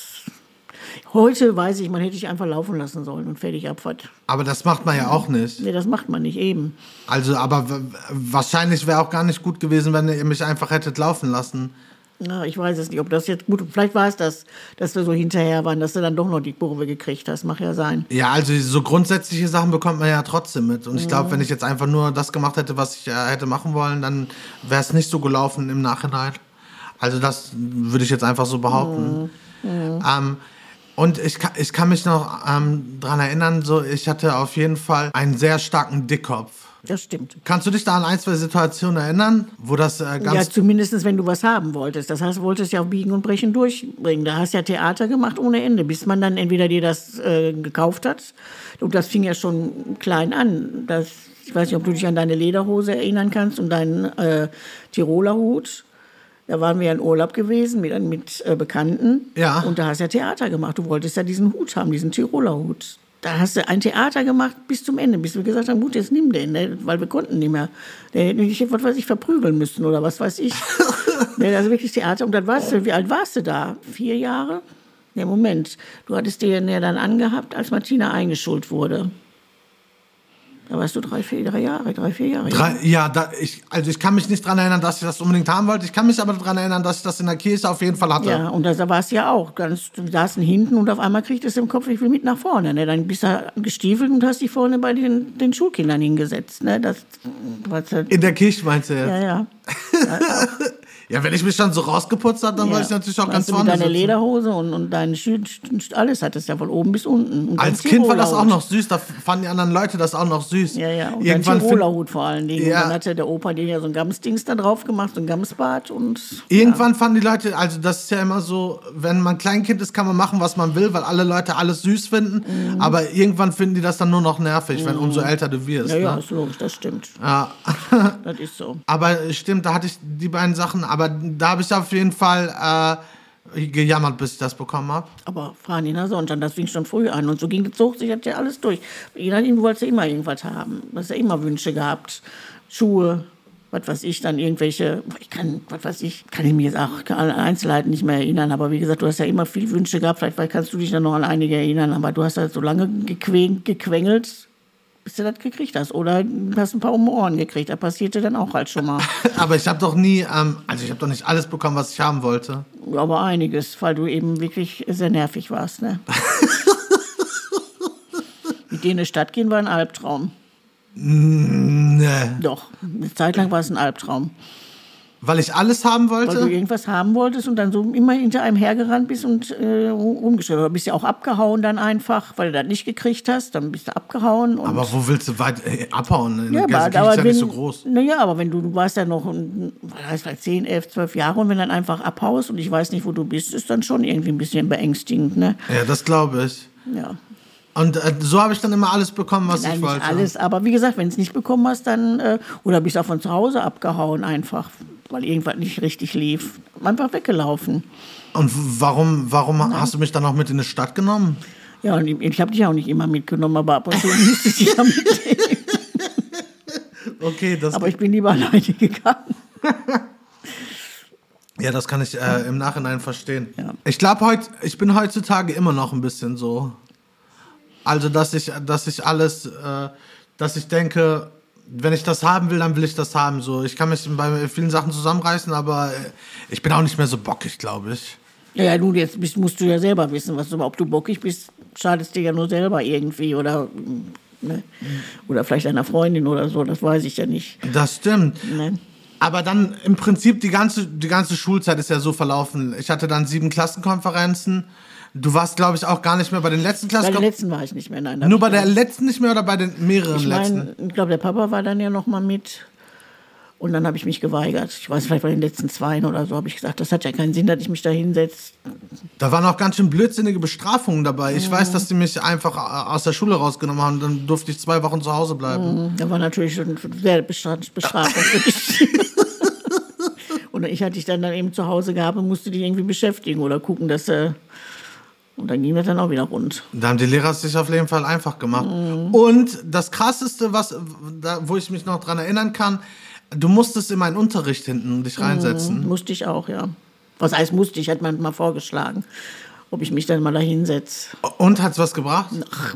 heute weiß ich, man hätte dich einfach laufen lassen sollen und fertig Abfahrt. Aber das macht man ja auch nicht. Nee, das macht man nicht, eben. Also, aber wahrscheinlich wäre auch gar nicht gut gewesen, wenn ihr mich einfach hättet laufen lassen. Na, ich weiß es nicht, ob das jetzt gut... Vielleicht war es das, dass wir so hinterher waren, dass du dann doch noch die Kurve gekriegt hast. Mag ja sein. Ja, also so grundsätzliche Sachen bekommt man ja trotzdem mit. Und ich glaube, wenn ich jetzt einfach nur das gemacht hätte, was ich hätte machen wollen, dann wäre es nicht so gelaufen im Nachhinein. Also das würde ich jetzt einfach so behaupten. Und ich kann mich noch dran erinnern, so ich hatte auf jeden Fall einen sehr starken Dickkopf. Das stimmt. Kannst du dich da an 1, 2 Situationen erinnern, wo das ganz... Ja, zumindest wenn du was haben wolltest. Das heißt, du wolltest ja auf Biegen und Brechen durchbringen. Da hast du ja Theater gemacht ohne Ende, bis man dann entweder dir das gekauft hat. Und das fing ja schon klein an. Ich weiß nicht, ob du dich an deine Lederhose erinnern kannst und deinen Tiroler Hut. Da waren wir ja in Urlaub gewesen mit Bekannten. Ja. Und da hast du ja Theater gemacht. Du wolltest ja diesen Hut haben, diesen Tiroler Hut. Da hast du ein Theater gemacht bis zum Ende, bis wir gesagt haben, gut, jetzt nimm den, ne? Weil wir konnten nicht mehr. Der hätte dich, was weiß ich, verprügeln müssen oder was weiß ich. Ne, also wirklich Theater. Und dann warst du, wie alt warst du da? 4 Jahre? Ne, Moment. Du hattest den ja dann angehabt, als Martina eingeschult wurde. Da warst du 3, 4 Jahre. Ich kann mich nicht daran erinnern, dass ich das unbedingt haben wollte. Ich kann mich aber daran erinnern, dass ich das in der Kirche auf jeden Fall hatte. Ja, und da warst du ja auch. Du saßen hinten und auf einmal kriegst du im Kopf, ich will mit nach vorne. Ne? Dann bist du gestiefelt und hast dich vorne bei den Schulkindern hingesetzt. Ne? In der Kirche meinst du jetzt? Ja. Ja, wenn ich mich dann so rausgeputzt habe, dann war ich natürlich auch ganz vorne mit deiner Lederhose und deine Schuhe, alles hattest ja von oben bis unten. Und als Kind war das auch noch süß, da fanden die anderen Leute das auch noch süß. Ja, und irgendwann dein Tirolerhut vor allen Dingen. Ja. Und dann hatte der Opa dir ja so ein Gamsdings da drauf gemacht, so ein Gamsbart. Irgendwann fanden die Leute, also das ist ja immer so, wenn man Kleinkind ist, kann man machen, was man will, weil alle Leute alles süß finden. Aber irgendwann finden die das dann nur noch nervig, wenn umso älter du wirst. Ja, ne? ist logisch, das stimmt. Ja. Das ist so. Aber stimmt, da hatte ich die beiden Sachen, aber da habe ich auf jeden Fall gejammert, bis ich das bekommen habe. Aber Franina Sonnenschein, das fing schon früh an. Und so zog sich das ja alles durch. Du wolltest ja immer irgendwas haben. Du hast ja immer Wünsche gehabt. Schuhe, was weiß ich, dann irgendwelche, kann ich mir jetzt auch an Einzelheiten nicht mehr erinnern. Aber wie gesagt, du hast ja immer viele Wünsche gehabt. Vielleicht kannst du dich dann noch an einige erinnern. Aber du hast halt so lange gequengelt, bis du das gekriegt hast. Oder du hast ein paar um die Ohren gekriegt. Das passierte dann auch halt schon mal. Aber ich habe doch nie, ich habe doch nicht alles bekommen, was ich haben wollte. Aber einiges, weil du eben wirklich sehr nervig warst. Ne? Mit dir in die Stadt gehen war ein Albtraum. Nee. Doch, eine Zeit lang war es ein Albtraum. Weil ich alles haben wollte? Weil du irgendwas haben wolltest und dann so immer hinter einem hergerannt bist und rumgeschrieben. Du bist ja auch abgehauen dann einfach, weil du das nicht gekriegt hast. Dann bist du abgehauen. Und aber wo willst du weit abhauen? Ja, aber ist ja nicht so groß. Naja, aber wenn du warst ja noch 10, 11, 12 Jahre und wenn dann einfach abhaust und ich weiß nicht, wo du bist, ist dann schon irgendwie ein bisschen beängstigend. Ne? Ja, das glaube ich. Ja. Und so habe ich dann immer alles bekommen, was ich wollte. Nicht alles, aber wie gesagt, wenn du es nicht bekommen hast, dann oder bist auch von zu Hause abgehauen einfach, weil irgendwas nicht richtig lief. Einfach weggelaufen. Und warum hast du mich dann auch mit in die Stadt genommen? Ja, und ich habe dich auch nicht immer mitgenommen, aber ab und zu musste ich dich ja mitnehmen. Okay, aber ich bin lieber alleine gegangen. Ja, das kann ich im Nachhinein verstehen. Ja. Ich glaube, ich bin heutzutage immer noch ein bisschen so. Also, dass ich denke, wenn ich das haben will, dann will ich das haben. So, ich kann mich bei vielen Sachen zusammenreißen, aber ich bin auch nicht mehr so bockig, glaube ich. Ja, nun, musst du ja selber wissen, ob du bockig bist, schadest dir ja nur selber irgendwie oder, ne? Oder vielleicht einer Freundin oder so, das weiß ich ja nicht. Das stimmt. Ne? Aber dann im Prinzip die ganze Schulzeit ist ja so verlaufen. Ich hatte dann 7 Klassenkonferenzen. Du warst, glaube ich, auch gar nicht mehr bei den letzten Klassenkonferenzen. Bei den letzten war ich nicht mehr, nein. Nur bei der letzten nicht mehr oder bei den mehreren letzten? Ich glaube, der Papa war dann ja noch mal mit. Und dann habe ich mich geweigert. Ich weiß, vielleicht bei den letzten 2 oder so habe ich gesagt, das hat ja keinen Sinn, dass ich mich da hinsetze. Da waren auch ganz schön blödsinnige Bestrafungen dabei. Ich weiß, dass die mich einfach aus der Schule rausgenommen haben. Dann durfte ich 2 Wochen zu Hause bleiben. Da war natürlich schon sehr Bestrafung für dich. Und ich hatte dich dann eben zu Hause gehabt und musste dich irgendwie beschäftigen oder gucken, dass... Und dann ging das dann auch wieder rund. Da haben die Lehrer es sich auf jeden Fall einfach gemacht. Und das Krasseste, wo ich mich noch dran erinnern kann, du musstest in meinen Unterricht hinten dich reinsetzen. Musste ich auch, ja. Was heißt musste ich? Hat man mal vorgeschlagen, ob ich mich dann mal da hinsetze. Und hat's was gebracht? Ach.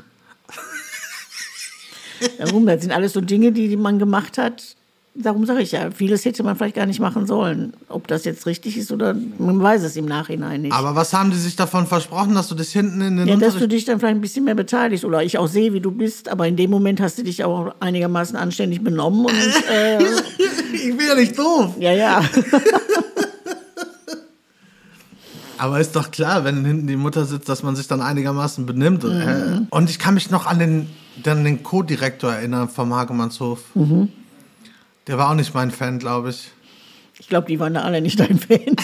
Warum? Das sind alles so Dinge, die man gemacht hat. Darum sage ich ja, vieles hätte man vielleicht gar nicht machen sollen. Ob das jetzt richtig ist oder man weiß es im Nachhinein nicht. Aber was haben die sich davon versprochen, dass du dich hinten in den Ja, Unterricht... dass du dich dann vielleicht ein bisschen mehr beteiligst oder ich auch sehe, wie du bist. Aber in dem Moment hast du dich auch einigermaßen anständig benommen. Und, Ich bin ja nicht doof. Ja. Aber ist doch klar, wenn hinten die Mutter sitzt, dass man sich dann einigermaßen benimmt. Und ich kann mich noch an den Co-Direktor erinnern vom Hagemannshof. Der war auch nicht mein Fan, glaube ich. Ich glaube, die waren da alle nicht dein Fan.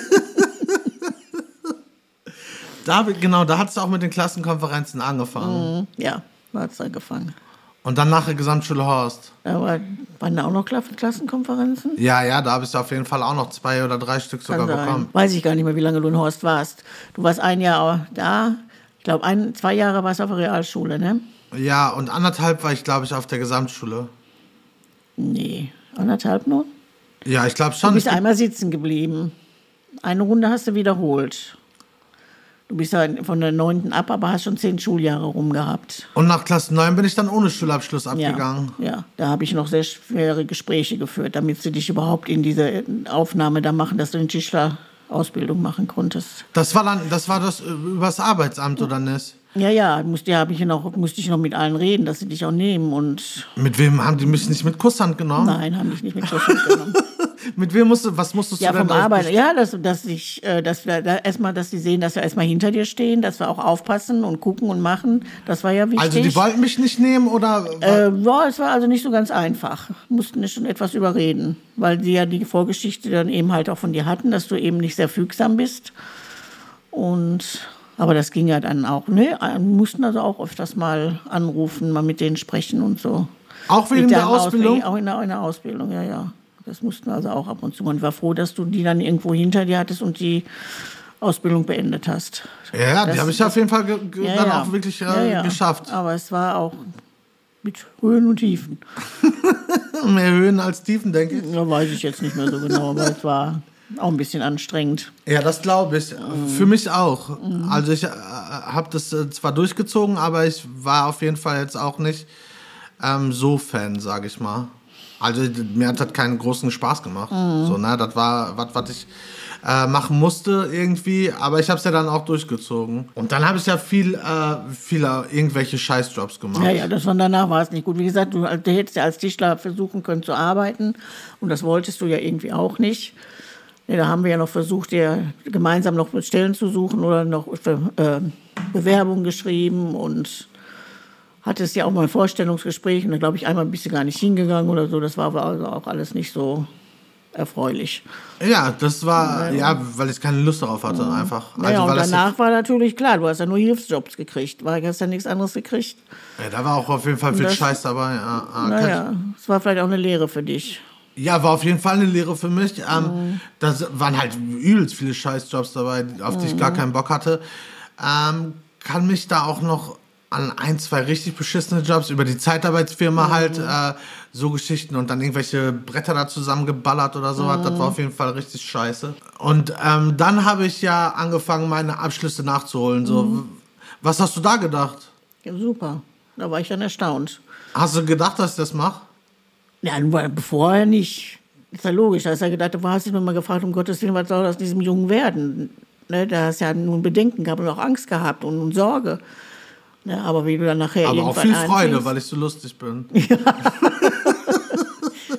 Da hat es auch mit den Klassenkonferenzen angefangen. Ja, da hat es angefangen. Und dann nachher Gesamtschule Horst. Aber waren da auch noch Klassenkonferenzen? Ja, da habe ich auf jeden Fall auch noch 2 oder 3 Stück sogar bekommen. Weiß ich gar nicht mehr, wie lange du in Horst warst. Du warst 1 Jahr da. Ich glaube, 2 Jahre warst du auf der Realschule, ne? Ja, und 1,5 war ich, glaube ich, auf der Gesamtschule. Nee, 1,5 nur? Ja, ich glaube schon. Du bist einmal sitzen geblieben. Eine Runde hast du wiederholt. Du bist ja von der 9. ab, aber hast schon 10 Schuljahre rumgehabt. Und nach Klasse 9 bin ich dann ohne Schulabschluss abgegangen. Ja, da habe ich noch sehr schwere Gespräche geführt, damit sie dich überhaupt in diese Aufnahme da machen, dass du den Tischler-Ausbildung machen konntest. Das war das übers Arbeitsamt, oder nicht? Ja, musste ich noch mit allen reden, dass sie dich auch nehmen. Und mit wem haben die mich nicht mit Kusshand genommen? Nein, haben dich nicht mit Kusshand genommen. Mit wem was musstest du denn? Ja, vom Arbeiten. Ja, dass sie sehen, dass wir erstmal hinter dir stehen, dass wir auch aufpassen und gucken und machen. Das war ja wichtig. Also die wollten mich nicht nehmen, oder? Ja, es war also nicht so ganz einfach. Mussten dich schon etwas überreden, weil sie ja die Vorgeschichte dann eben halt auch von dir hatten, dass du eben nicht sehr fügsam bist. Aber das ging ja dann auch. Ne? Mussten also auch öfters mal anrufen, mal mit denen sprechen und so. Auch wegen der Ausbildung? Auch in der Ausbildung, ja. Das mussten also auch ab und zu. Und ich war froh, dass du die dann irgendwo hinter dir hattest und die Ausbildung beendet hast. Ja, die habe ich auf jeden Fall dann auch wirklich geschafft. Aber es war auch mit Höhen und Tiefen. Mehr Höhen als Tiefen, denke ich. Ja, weiß ich jetzt nicht mehr so genau, aber es war auch ein bisschen anstrengend. Ja, das glaube ich. Für mich auch. Also ich habe das zwar durchgezogen, aber ich war auf jeden Fall jetzt auch nicht so Fan, sage ich mal. Also mir hat das keinen großen Spaß gemacht. So, ne, das war was ich machen musste irgendwie, aber ich habe es ja dann auch durchgezogen. Und dann habe ich ja viele irgendwelche Scheißjobs gemacht. Ja, danach war es nicht gut. Wie gesagt, du hättest ja als Tischler versuchen können zu arbeiten und das wolltest du ja irgendwie auch nicht. Ja, da haben wir ja noch versucht, gemeinsam noch Stellen zu suchen oder noch Bewerbungen geschrieben und hattest ja auch mal ein Vorstellungsgespräch und da glaube ich einmal bist du gar nicht hingegangen oder so. Das war aber also auch alles nicht so erfreulich. Ja, das war, weil ich keine Lust darauf hatte einfach. Also, und danach war natürlich klar, du hast ja nur Hilfsjobs gekriegt, weil du hast ja nichts anderes gekriegt. Ja, da war auch auf jeden Fall viel Scheiß dabei. Es war vielleicht auch eine Lehre für dich. Ja, war auf jeden Fall eine Lehre für mich. Da waren halt übelst viele Scheißjobs dabei, auf die ich gar keinen Bock hatte. Kann mich da auch noch an 1, 2 richtig beschissene Jobs über die Zeitarbeitsfirma halt so Geschichten und dann irgendwelche Bretter da zusammengeballert oder sowas. Das war auf jeden Fall richtig scheiße. Und dann habe ich ja angefangen, meine Abschlüsse nachzuholen. So. Was hast du da gedacht? Ja, super. Da war ich dann erstaunt. Hast du gedacht, dass ich das mache? Ja, vorher nicht. Ist ja logisch. Da hast du ja gedacht, du hast dich mal gefragt, um Gottes Willen, was soll aus diesem Jungen werden? Ne, da hast du ja nun Bedenken gehabt und auch Angst gehabt und Sorge. Ja, aber wie du dann nachher aber irgendwann auch viel Freude, weil ich so lustig bin. Ja.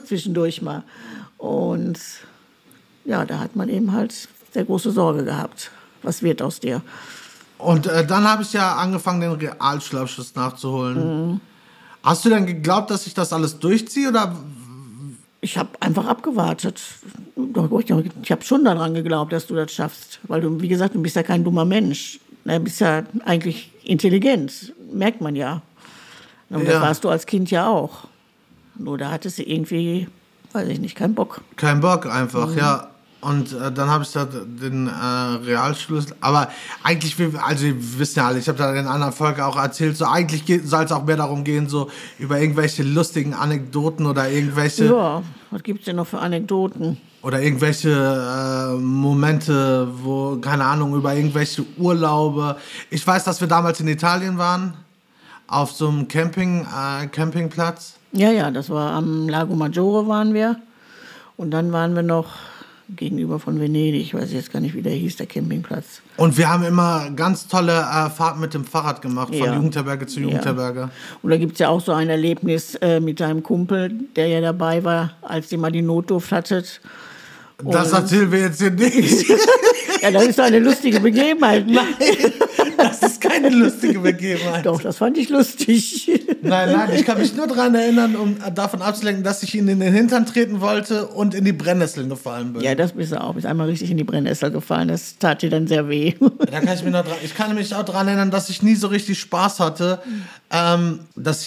zwischendurch mal. Und ja, da hat man eben halt sehr große Sorge gehabt. Was wird aus dir? Und dann habe ich ja angefangen, den Realschulabschluss nachzuholen. Hast du denn geglaubt, dass ich das alles durchziehe, oder? Ich habe einfach abgewartet. Ich habe schon daran geglaubt, dass du das schaffst. Weil du, wie gesagt, du bist ja kein dummer Mensch. Du bist ja eigentlich intelligent. Merkt man ja. Und das warst du als Kind ja auch. Nur da hattest du irgendwie, weiß ich nicht, keinen Bock. Kein Bock einfach, ja. Und dann habe ich da den Realschulabschluss. Aber eigentlich, also wir wissen ja alle, ich habe da in einer anderen Folge auch erzählt, so eigentlich soll es auch mehr darum gehen, so über irgendwelche lustigen Anekdoten oder irgendwelche... Ja, was gibt es denn noch für Anekdoten? Oder irgendwelche Momente, wo, keine Ahnung, über irgendwelche Urlaube. Ich weiß, dass wir damals in Italien waren, auf so einem Campingplatz. Ja, das war am Lago Maggiore waren wir. Und dann waren wir noch gegenüber von Venedig. Ich weiß jetzt gar nicht, wie der hieß, der Campingplatz. Und wir haben immer ganz tolle Fahrten mit dem Fahrrad gemacht, von Jugendherberge zu Jugendherberge. Ja. Und da gibt es ja auch so ein Erlebnis mit deinem Kumpel, der ja dabei war, als ihr mal die Notdurft hattet. Das erzählen wir jetzt hier nicht. Ja, das ist doch eine lustige Begebenheit. Das ist keine lustige Begebenheit. Doch, das fand ich lustig. Nein, ich kann mich nur daran erinnern, um davon abzulenken, dass ich ihn in den Hintern treten wollte und in die Brennnesseln gefallen bin. Ja, das bist du auch. Bist einmal richtig in die Brennnessel gefallen. Das tat dir dann sehr weh. Da kann ich mich noch dran. Ich kann mich auch daran erinnern, dass ich nie so richtig Spaß hatte, an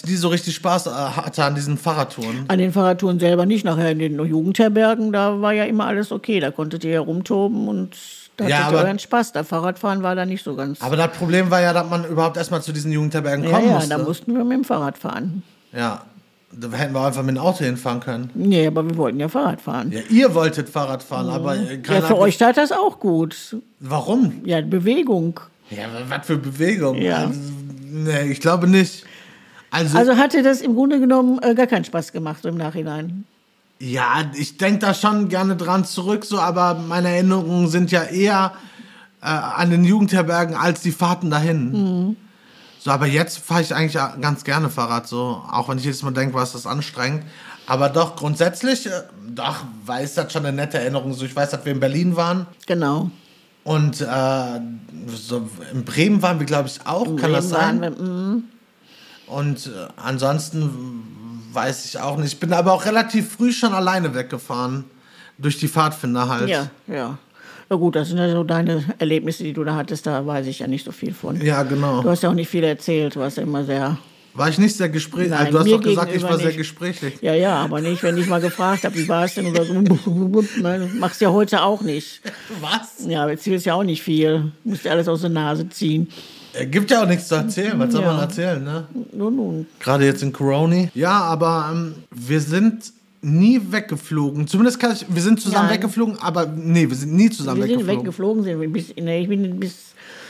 diesen Fahrradtouren. An den Fahrradtouren selber nicht. Nachher in den Jugendherbergen, da war ja immer alles okay. Da konntet ihr ja rumtoben und da hattet ihr euren Spaß. Der Fahrradfahren war da nicht so ganz... Aber das Problem war ja, dass man überhaupt erstmal zu diesen Jugendherbergen kommen musste. Ja, da mussten wir mit dem Fahrrad fahren. Ja, da hätten wir einfach mit dem Auto hinfahren können. Nee, aber wir wollten ja Fahrrad fahren. Ja, ihr wolltet Fahrrad fahren, aber... Ja, für euch tat das auch gut. Warum? Ja, Bewegung. Ja, was für Bewegung? Ja. Also, nee, ich glaube nicht. Also hatte das im Grunde genommen gar keinen Spaß gemacht so im Nachhinein. Ja, ich denke da schon gerne dran zurück, so, aber meine Erinnerungen sind ja eher an den Jugendherbergen als die Fahrten dahin. So, aber jetzt fahre ich eigentlich ganz gerne Fahrrad, so, auch wenn ich jedes Mal denke, was ist das anstrengend. Aber doch, grundsätzlich, weil es das schon eine nette Erinnerung. So, ich weiß, dass wir in Berlin waren. Genau. Und so in Bremen waren wir, glaube ich, auch. Kann das sein? Und ansonsten weiß ich auch nicht. Ich bin aber auch relativ früh schon alleine weggefahren. Durch die Pfadfinder halt. Ja. Na gut, das sind ja so deine Erlebnisse, die du da hattest. Da weiß ich ja nicht so viel von. Ja, genau. Du hast ja auch nicht viel erzählt. Du warst ja immer sehr... War ich nicht sehr gesprächig? Nein, du hast doch gesagt, ich war nicht. sehr gesprächlich. Ja, aber nicht, wenn ich mal gefragt habe, wie war es denn? Oder so. Du machst ja heute auch nicht. Was? Ja, aber erzählst ja auch nicht viel. Du musst ja alles aus der Nase ziehen. Gibt ja auch nichts zu erzählen. Was soll man erzählen, ne? Nun. Gerade jetzt in Corona. Ja, aber wir sind nie weggeflogen. Zumindest wir sind zusammen weggeflogen, aber nee, wir sind nie zusammen weggeflogen. Ich bin bis,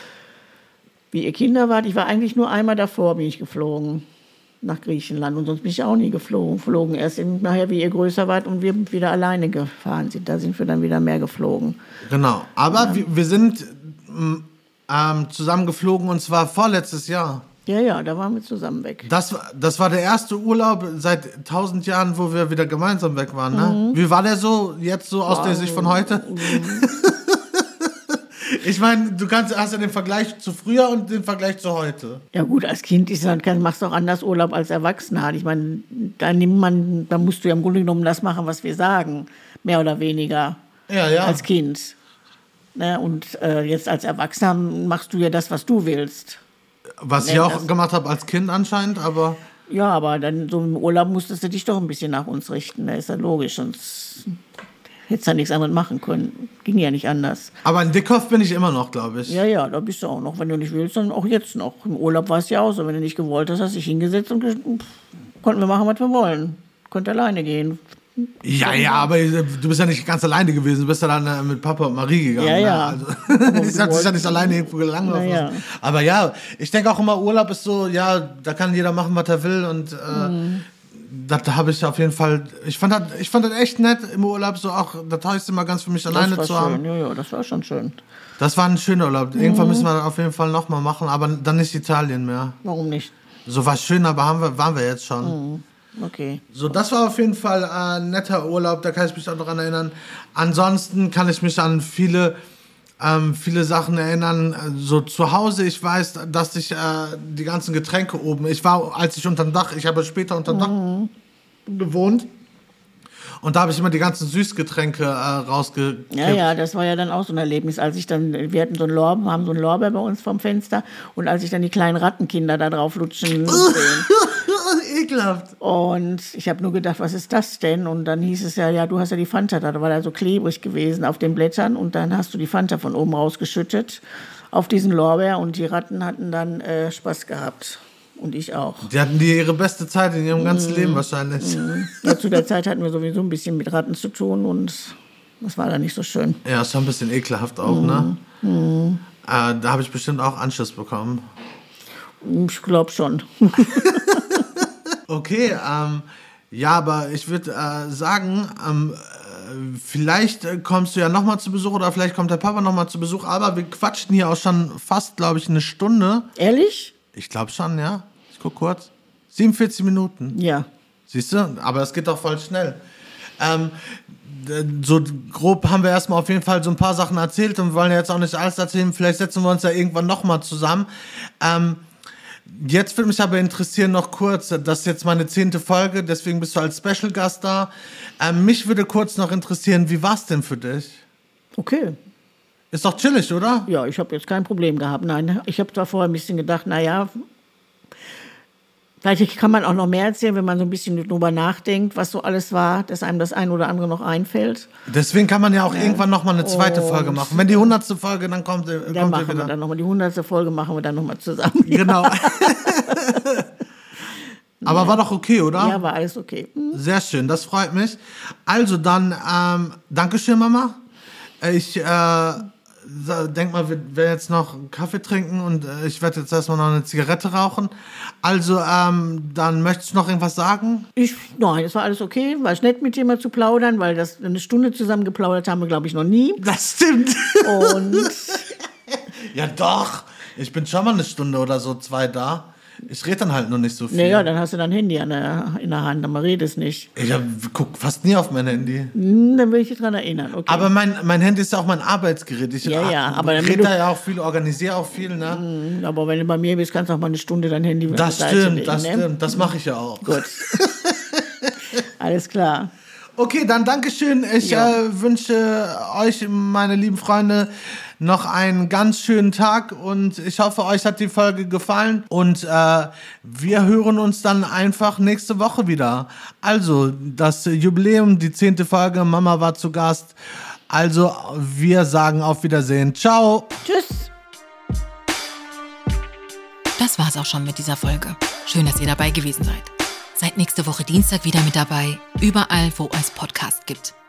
wie ihr Kinder wart, ich war eigentlich nur einmal davor, bin ich geflogen nach Griechenland und sonst bin ich auch nie geflogen. Erst nachher, wie ihr größer wart und wir wieder alleine gefahren sind, da sind wir dann wieder mehr geflogen. Genau, aber wir sind zusammen geflogen und zwar vorletztes Jahr. Ja, da waren wir zusammen weg. Das war der erste Urlaub seit 1000 Jahren, wo wir wieder gemeinsam weg waren, ne? Wie war der so, jetzt so aus der Sicht von heute? Ich meine, hast ja den Vergleich zu früher und den Vergleich zu heute. Ja gut, als Kind machst du auch anders Urlaub als Erwachsener. Ich meine, da musst du ja im Grunde genommen das machen, was wir sagen, mehr oder weniger, als Kind. Ne? Und jetzt als Erwachsener machst du ja das, was du willst. Was ich auch gemacht habe als Kind anscheinend, aber... Ja, aber dann so im Urlaub musstest du dich doch ein bisschen nach uns richten. Das ist ja logisch, sonst hättest du ja nichts anderes machen können. Ging ja nicht anders. Aber ein Dickkopf bin ich immer noch, glaube ich. Ja, da bist du auch noch. Wenn du nicht willst, dann auch jetzt noch. Im Urlaub war es ja auch so. Wenn du nicht gewollt hast, hast du dich hingesetzt und konnten wir machen, was wir wollen. Konnte alleine gehen. Ja, aber du bist ja nicht ganz alleine gewesen. Du bist ja dann mit Papa und Marie gegangen. Ja. Also, sie hat sich ja nicht alleine irgendwo gelangweilt. Ja. Aber ja, ich denke auch immer, Urlaub ist so, ja, da kann jeder machen, was er will. Und da habe ich auf jeden Fall, ich fand das echt nett im Urlaub, so auch das Häuschen mal ganz für mich alleine zu haben. Ja, das war schon schön. Das war ein schöner Urlaub. Irgendwann müssen wir auf jeden Fall nochmal machen, aber dann nicht Italien mehr. Warum nicht? So was schön, aber waren wir jetzt schon. Okay. So, das war auf jeden Fall ein netter Urlaub, da kann ich mich auch daran erinnern. Ansonsten kann ich mich an viele Sachen erinnern. So zu Hause, ich weiß, dass ich die ganzen Getränke oben, ich habe später unter Dach gewohnt. Und da habe ich immer die ganzen Süßgetränke rausgekippt. Ja, das war ja dann auch so ein Erlebnis, haben so einen Lorbeer bei uns vom Fenster und als ich dann die kleinen Rattenkinder da drauf lutschen sehen. Ekelhaft. Und ich habe nur gedacht, was ist das denn? Und dann hieß es ja, du hast ja die Fanta da war da so klebrig gewesen auf den Blättern und dann hast du die Fanta von oben rausgeschüttet auf diesen Lorbeer und die Ratten hatten dann Spaß gehabt. Und ich auch. Die hatten ihre beste Zeit in ihrem ganzen Leben wahrscheinlich. Ja, zu der Zeit hatten wir sowieso ein bisschen mit Ratten zu tun und das war dann nicht so schön. Ja, ist schon ein bisschen ekelhaft auch, ne? Da habe ich bestimmt auch Anschluss bekommen. Ich glaube schon. Okay, ja, aber ich würde sagen, vielleicht kommst du ja nochmal zu Besuch oder vielleicht kommt der Papa nochmal zu Besuch, aber wir quatschen hier auch schon fast, glaube ich, eine Stunde. Ehrlich? Ich glaube schon, ja. Ich gucke kurz. 47 Minuten. Ja. Siehst du? Aber es geht doch voll schnell. So grob haben wir erstmal auf jeden Fall so ein paar Sachen erzählt und wir wollen ja jetzt auch nicht alles erzählen. Vielleicht setzen wir uns ja irgendwann nochmal zusammen. Jetzt würde mich aber interessieren noch kurz, das ist jetzt meine 10. Folge, deswegen bist du als Special Gast da. Mich würde kurz noch interessieren, wie war es denn für dich? Okay. Ist doch chillig, oder? Ja, ich habe jetzt kein Problem gehabt. Nein, ich habe da vorher ein bisschen gedacht, vielleicht kann man auch noch mehr erzählen, wenn man so ein bisschen drüber nachdenkt, was so alles war, dass einem das ein oder andere noch einfällt. Deswegen kann man ja auch irgendwann noch mal eine zweite Folge machen. Wenn die 100. Folge, dann kommt wir dann noch mal die 100. Folge machen wir dann noch mal zusammen. Genau. Aber war doch okay, oder? Ja, war alles okay. Sehr schön, das freut mich. Also dann, Dankeschön, Mama. Ich denk mal, wir werden jetzt noch einen Kaffee trinken und ich werde jetzt erstmal noch eine Zigarette rauchen. Also, dann möchtest du noch irgendwas sagen? Nein, es war alles okay. War nett, mit dir mal zu plaudern, weil eine Stunde zusammen geplaudert haben wir, glaube ich, noch nie. Das stimmt. Und ja, doch. Ich bin schon mal eine Stunde oder so, 2 da. Ich rede dann halt nur nicht so viel. Naja, dann hast du dein Handy in der Hand, aber redest nicht. Ich gucke fast nie auf mein Handy. Dann will ich dich dran erinnern, okay. Aber mein Handy ist ja auch mein Arbeitsgerät. Ich rede da ja auch viel, organisiere auch viel, ne? Aber wenn du bei mir bist, kannst du auch mal eine Stunde dein Handy Das stimmt, das stimmt. Das mache ich ja auch. Gut. Alles klar. Okay, dann Dankeschön. Ich wünsche euch, meine lieben Freunde, noch einen ganz schönen Tag und ich hoffe, euch hat die Folge gefallen und wir hören uns dann einfach nächste Woche wieder. Also, das Jubiläum, die 10. Folge, Mama war zu Gast. Also, wir sagen auf Wiedersehen. Ciao. Tschüss. Das war's auch schon mit dieser Folge. Schön, dass ihr dabei gewesen seid. Seid nächste Woche Dienstag wieder mit dabei, überall, wo es Podcast gibt.